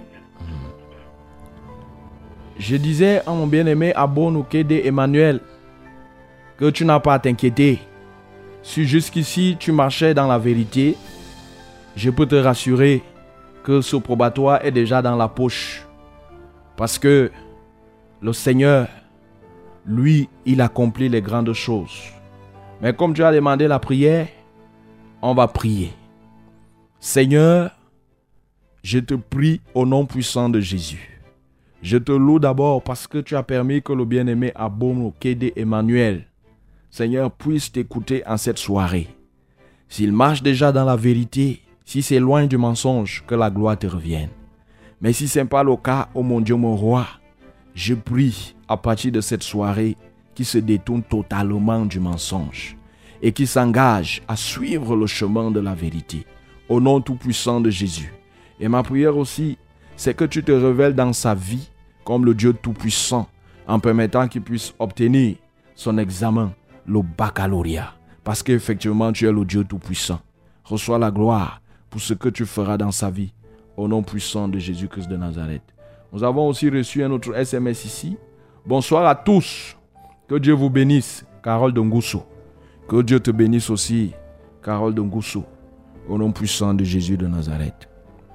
Je disais à mon bien-aimé Abomokede Emmanuel que tu n'as pas à t'inquiéter. Si jusqu'ici tu marchais dans la vérité, je peux te rassurer que ce probatoire est déjà dans la poche. Parce que le Seigneur, lui, il accomplit les grandes choses. Mais comme tu as demandé la prière, on va prier. Seigneur, je te prie au nom puissant de Jésus. Je te loue d'abord parce que tu as permis que le bien-aimé Abomokede Emmanuel, Seigneur, puisse t'écouter en cette soirée. S'il marche déjà dans la vérité, si c'est loin du mensonge, que la gloire te revienne. Mais si ce n'est pas le cas, oh mon Dieu, mon roi, je prie à partir de cette soirée qu'il se détourne totalement du mensonge et qu'il s'engage à suivre le chemin de la vérité. Au nom tout-puissant de Jésus. Et ma prière aussi, c'est que tu te révèles dans sa vie comme le Dieu tout-puissant en permettant qu'il puisse obtenir son examen, le baccalauréat. Parce qu'effectivement, tu es le Dieu tout-puissant. Reçois la gloire pour ce que tu feras dans sa vie. Au nom puissant de Jésus-Christ de Nazareth. Nous avons aussi reçu un autre S M S ici. Bonsoir à tous. Que Dieu vous bénisse, Carole Dongousso. Que Dieu te bénisse aussi, Carole Dongousso. Au nom puissant de Jésus de Nazareth.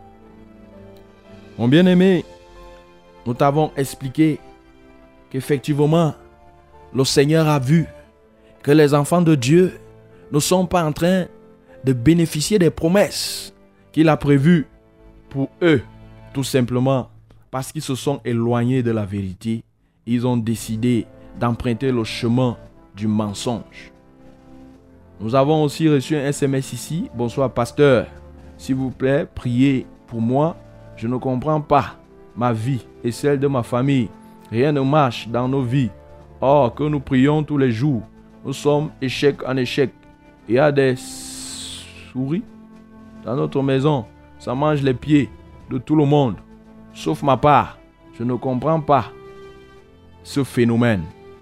Mon bien-aimé, nous t'avons expliqué qu'effectivement, le Seigneur a vu que les enfants de Dieu ne sont pas en train de bénéficier des promesses qu'il a prévues pour eux, tout simplement parce qu'ils se sont éloignés de la vérité. Ils ont décidé d'emprunter le chemin du mensonge. Nous avons aussi reçu un S M S ici. Bonsoir pasteur, s'il vous plaît, priez pour moi. Je ne comprends pas ma vie et celle de ma famille. Rien ne marche dans nos vies. Or, que nous prions tous les jours. Nous sommes échec en échec. Il y a des souris dans notre maison. Ça mange les pieds de tout le monde. Sauf ma part. Je ne comprends pas ce phénomène.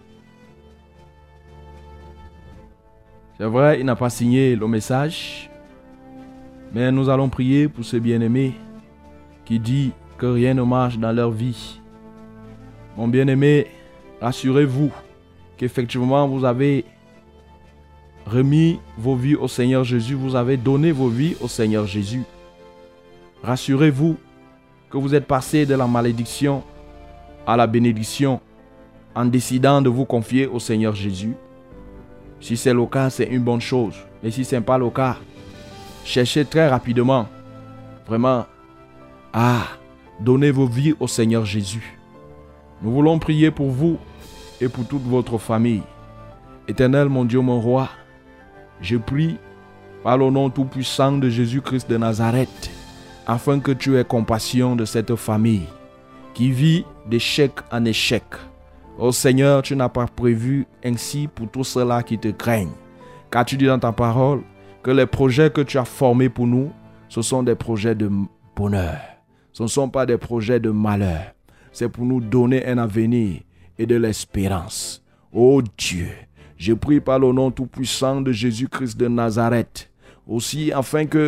C'est vrai, il n'a pas signé le message. Mais nous allons prier pour ce bien-aimé qui dit que rien ne marche dans leur vie. Mon bien-aimé, rassurez-vous qu'effectivement vous avez remis vos vies au Seigneur Jésus, vous avez donné vos vies au Seigneur Jésus. Rassurez-vous que vous êtes passé de la malédiction à la bénédiction en décidant de vous confier au Seigneur Jésus. Si c'est le cas, c'est une bonne chose. Mais si ce n'est pas le cas, cherchez très rapidement, vraiment, à donner vos vies au Seigneur Jésus. Nous voulons prier pour vous et pour toute votre famille. Éternel, mon Dieu, mon roi, je prie par le nom tout-puissant de Jésus-Christ de Nazareth, afin que tu aies compassion de cette famille qui vit d'échec en échec. Ô Seigneur, tu n'as pas prévu ainsi pour tous ceux-là qui te craignent. Car tu dis dans ta parole que les projets que tu as formés pour nous, ce sont des projets de bonheur. Ce ne sont pas des projets de malheur. C'est pour nous donner un avenir et de l'espérance. Ô Dieu, je prie par le nom tout-puissant de Jésus-Christ de Nazareth, aussi afin que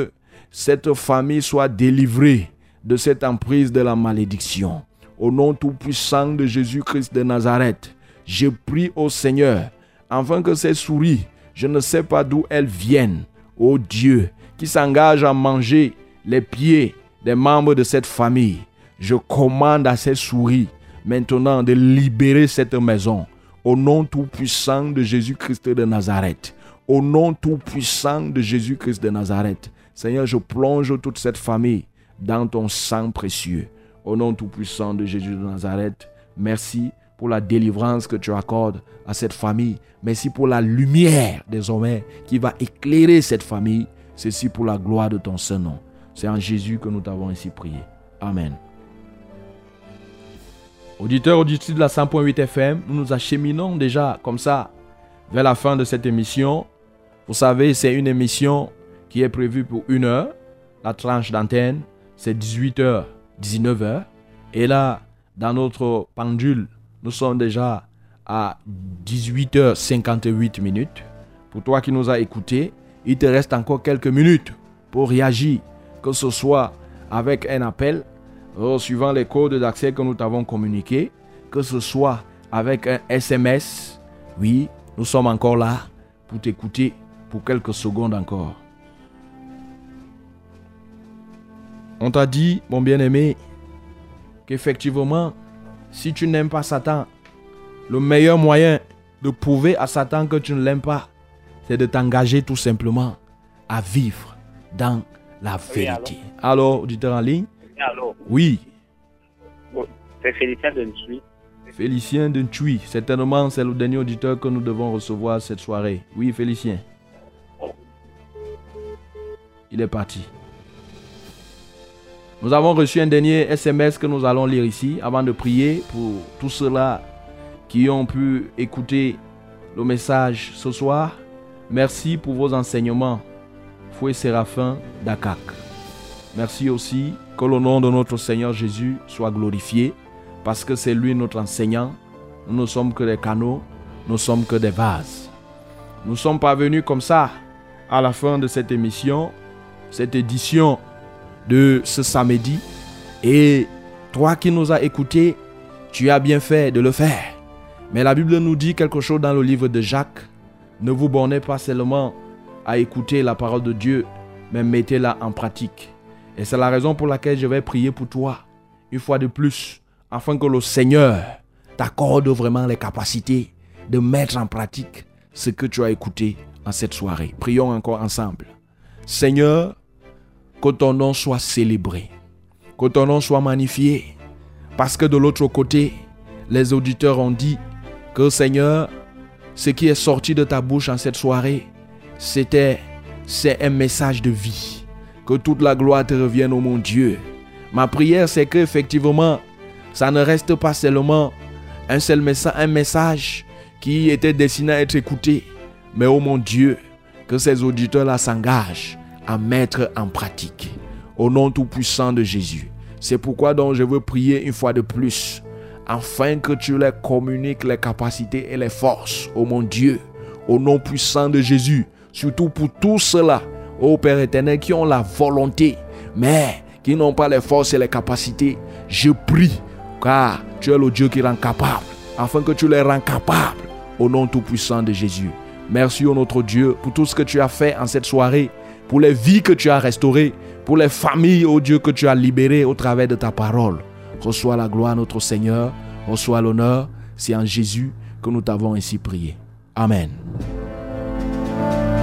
cette famille soit délivrée de cette emprise de la malédiction. Au nom tout-puissant de Jésus-Christ de Nazareth, je prie au Seigneur, afin que ces souris, je ne sais pas d'où elles viennent, ô Dieu, qui s'engagent à manger les pieds des membres de cette famille. Je commande à ces souris maintenant de libérer cette maison. Au nom tout-puissant de Jésus-Christ de Nazareth. Au nom tout-puissant de Jésus-Christ de Nazareth. Seigneur, je plonge toute cette famille dans ton sang précieux. Au nom tout-puissant de Jésus de Nazareth, merci pour la délivrance que tu accordes à cette famille. Merci pour la lumière désormais qui va éclairer cette famille. Ceci pour la gloire de ton Saint-Nom. C'est en Jésus que nous t'avons ainsi prié. Amen. Auditeurs, auditrices de la cent point huit F M, nous nous acheminons déjà comme ça vers la fin de cette émission. Vous savez, c'est une émission qui est prévue pour une heure. La tranche d'antenne, c'est dix-huit heures, dix-neuf heures. Et là, dans notre pendule, nous sommes déjà à dix-huit heures cinquante-huit minutes. Pour toi qui nous as écoutés, il te reste encore quelques minutes pour réagir, que ce soit avec un appel, suivant les codes d'accès que nous t'avons communiqués, que ce soit avec un S M S. Oui, nous sommes encore là pour t'écouter pour quelques secondes encore. On t'a dit, mon bien-aimé, qu'effectivement, si tu n'aimes pas Satan, le meilleur moyen de prouver à Satan que tu ne l'aimes pas, c'est de t'engager tout simplement à vivre dans la vérité. Oui, allô, auditeur en ligne? Allô. Oui. Bon, c'est Félicien de Ntui. Félicien de Ntui. Certainement, c'est le dernier auditeur que nous devons recevoir cette soirée. Oui, Félicien. Il est parti. Nous avons reçu un dernier S M S que nous allons lire ici avant de prier pour tous ceux-là qui ont pu écouter le message ce soir. Merci pour vos enseignements. Fouet Séraphin d'Akak. Merci aussi que le nom de notre Seigneur Jésus soit glorifié parce que c'est lui notre enseignant. Nous ne sommes que des canaux, nous ne sommes que des vases. Nous sommes parvenus comme ça à la fin de cette émission, cette édition de ce samedi. Et toi qui nous as écoutés, tu as bien fait de le faire. Mais la Bible nous dit quelque chose dans le livre de Jacques. Ne vous bornez pas seulement à écouter la parole de Dieu, mais mettez-la en pratique. Et c'est la raison pour laquelle je vais prier pour toi, une fois de plus, afin que le Seigneur t'accorde vraiment les capacités de mettre en pratique ce que tu as écouté en cette soirée. Prions encore ensemble. Seigneur, que ton nom soit célébré, que ton nom soit magnifié, parce que de l'autre côté, les auditeurs ont dit que Seigneur, ce qui est sorti de ta bouche en cette soirée, c'était, c'est un message de vie. Que toute la gloire te revienne, ô mon Dieu. Ma prière, c'est que effectivement, ça ne reste pas seulement un seul message, un message qui était destiné à être écouté, mais ô mon Dieu, que ces auditeurs-là s'engagent à mettre en pratique. Au nom tout-puissant de Jésus. C'est pourquoi donc je veux prier une fois de plus, afin que tu leur communiques les capacités et les forces, ô mon Dieu, au nom puissant de Jésus, surtout pour tous ceux-là, ô Père éternel, qui ont la volonté, mais qui n'ont pas les forces et les capacités. Je prie, car tu es le Dieu qui rend capable, afin que tu les rends capables, au nom tout-puissant de Jésus. Merci, ô notre Dieu, pour tout ce que tu as fait en cette soirée, pour les vies que tu as restaurées, pour les familles, ô Dieu, que tu as libérées au travers de ta parole. Reçois la gloire, notre Seigneur, reçois l'honneur. C'est en Jésus que nous t'avons ainsi prié. Amen.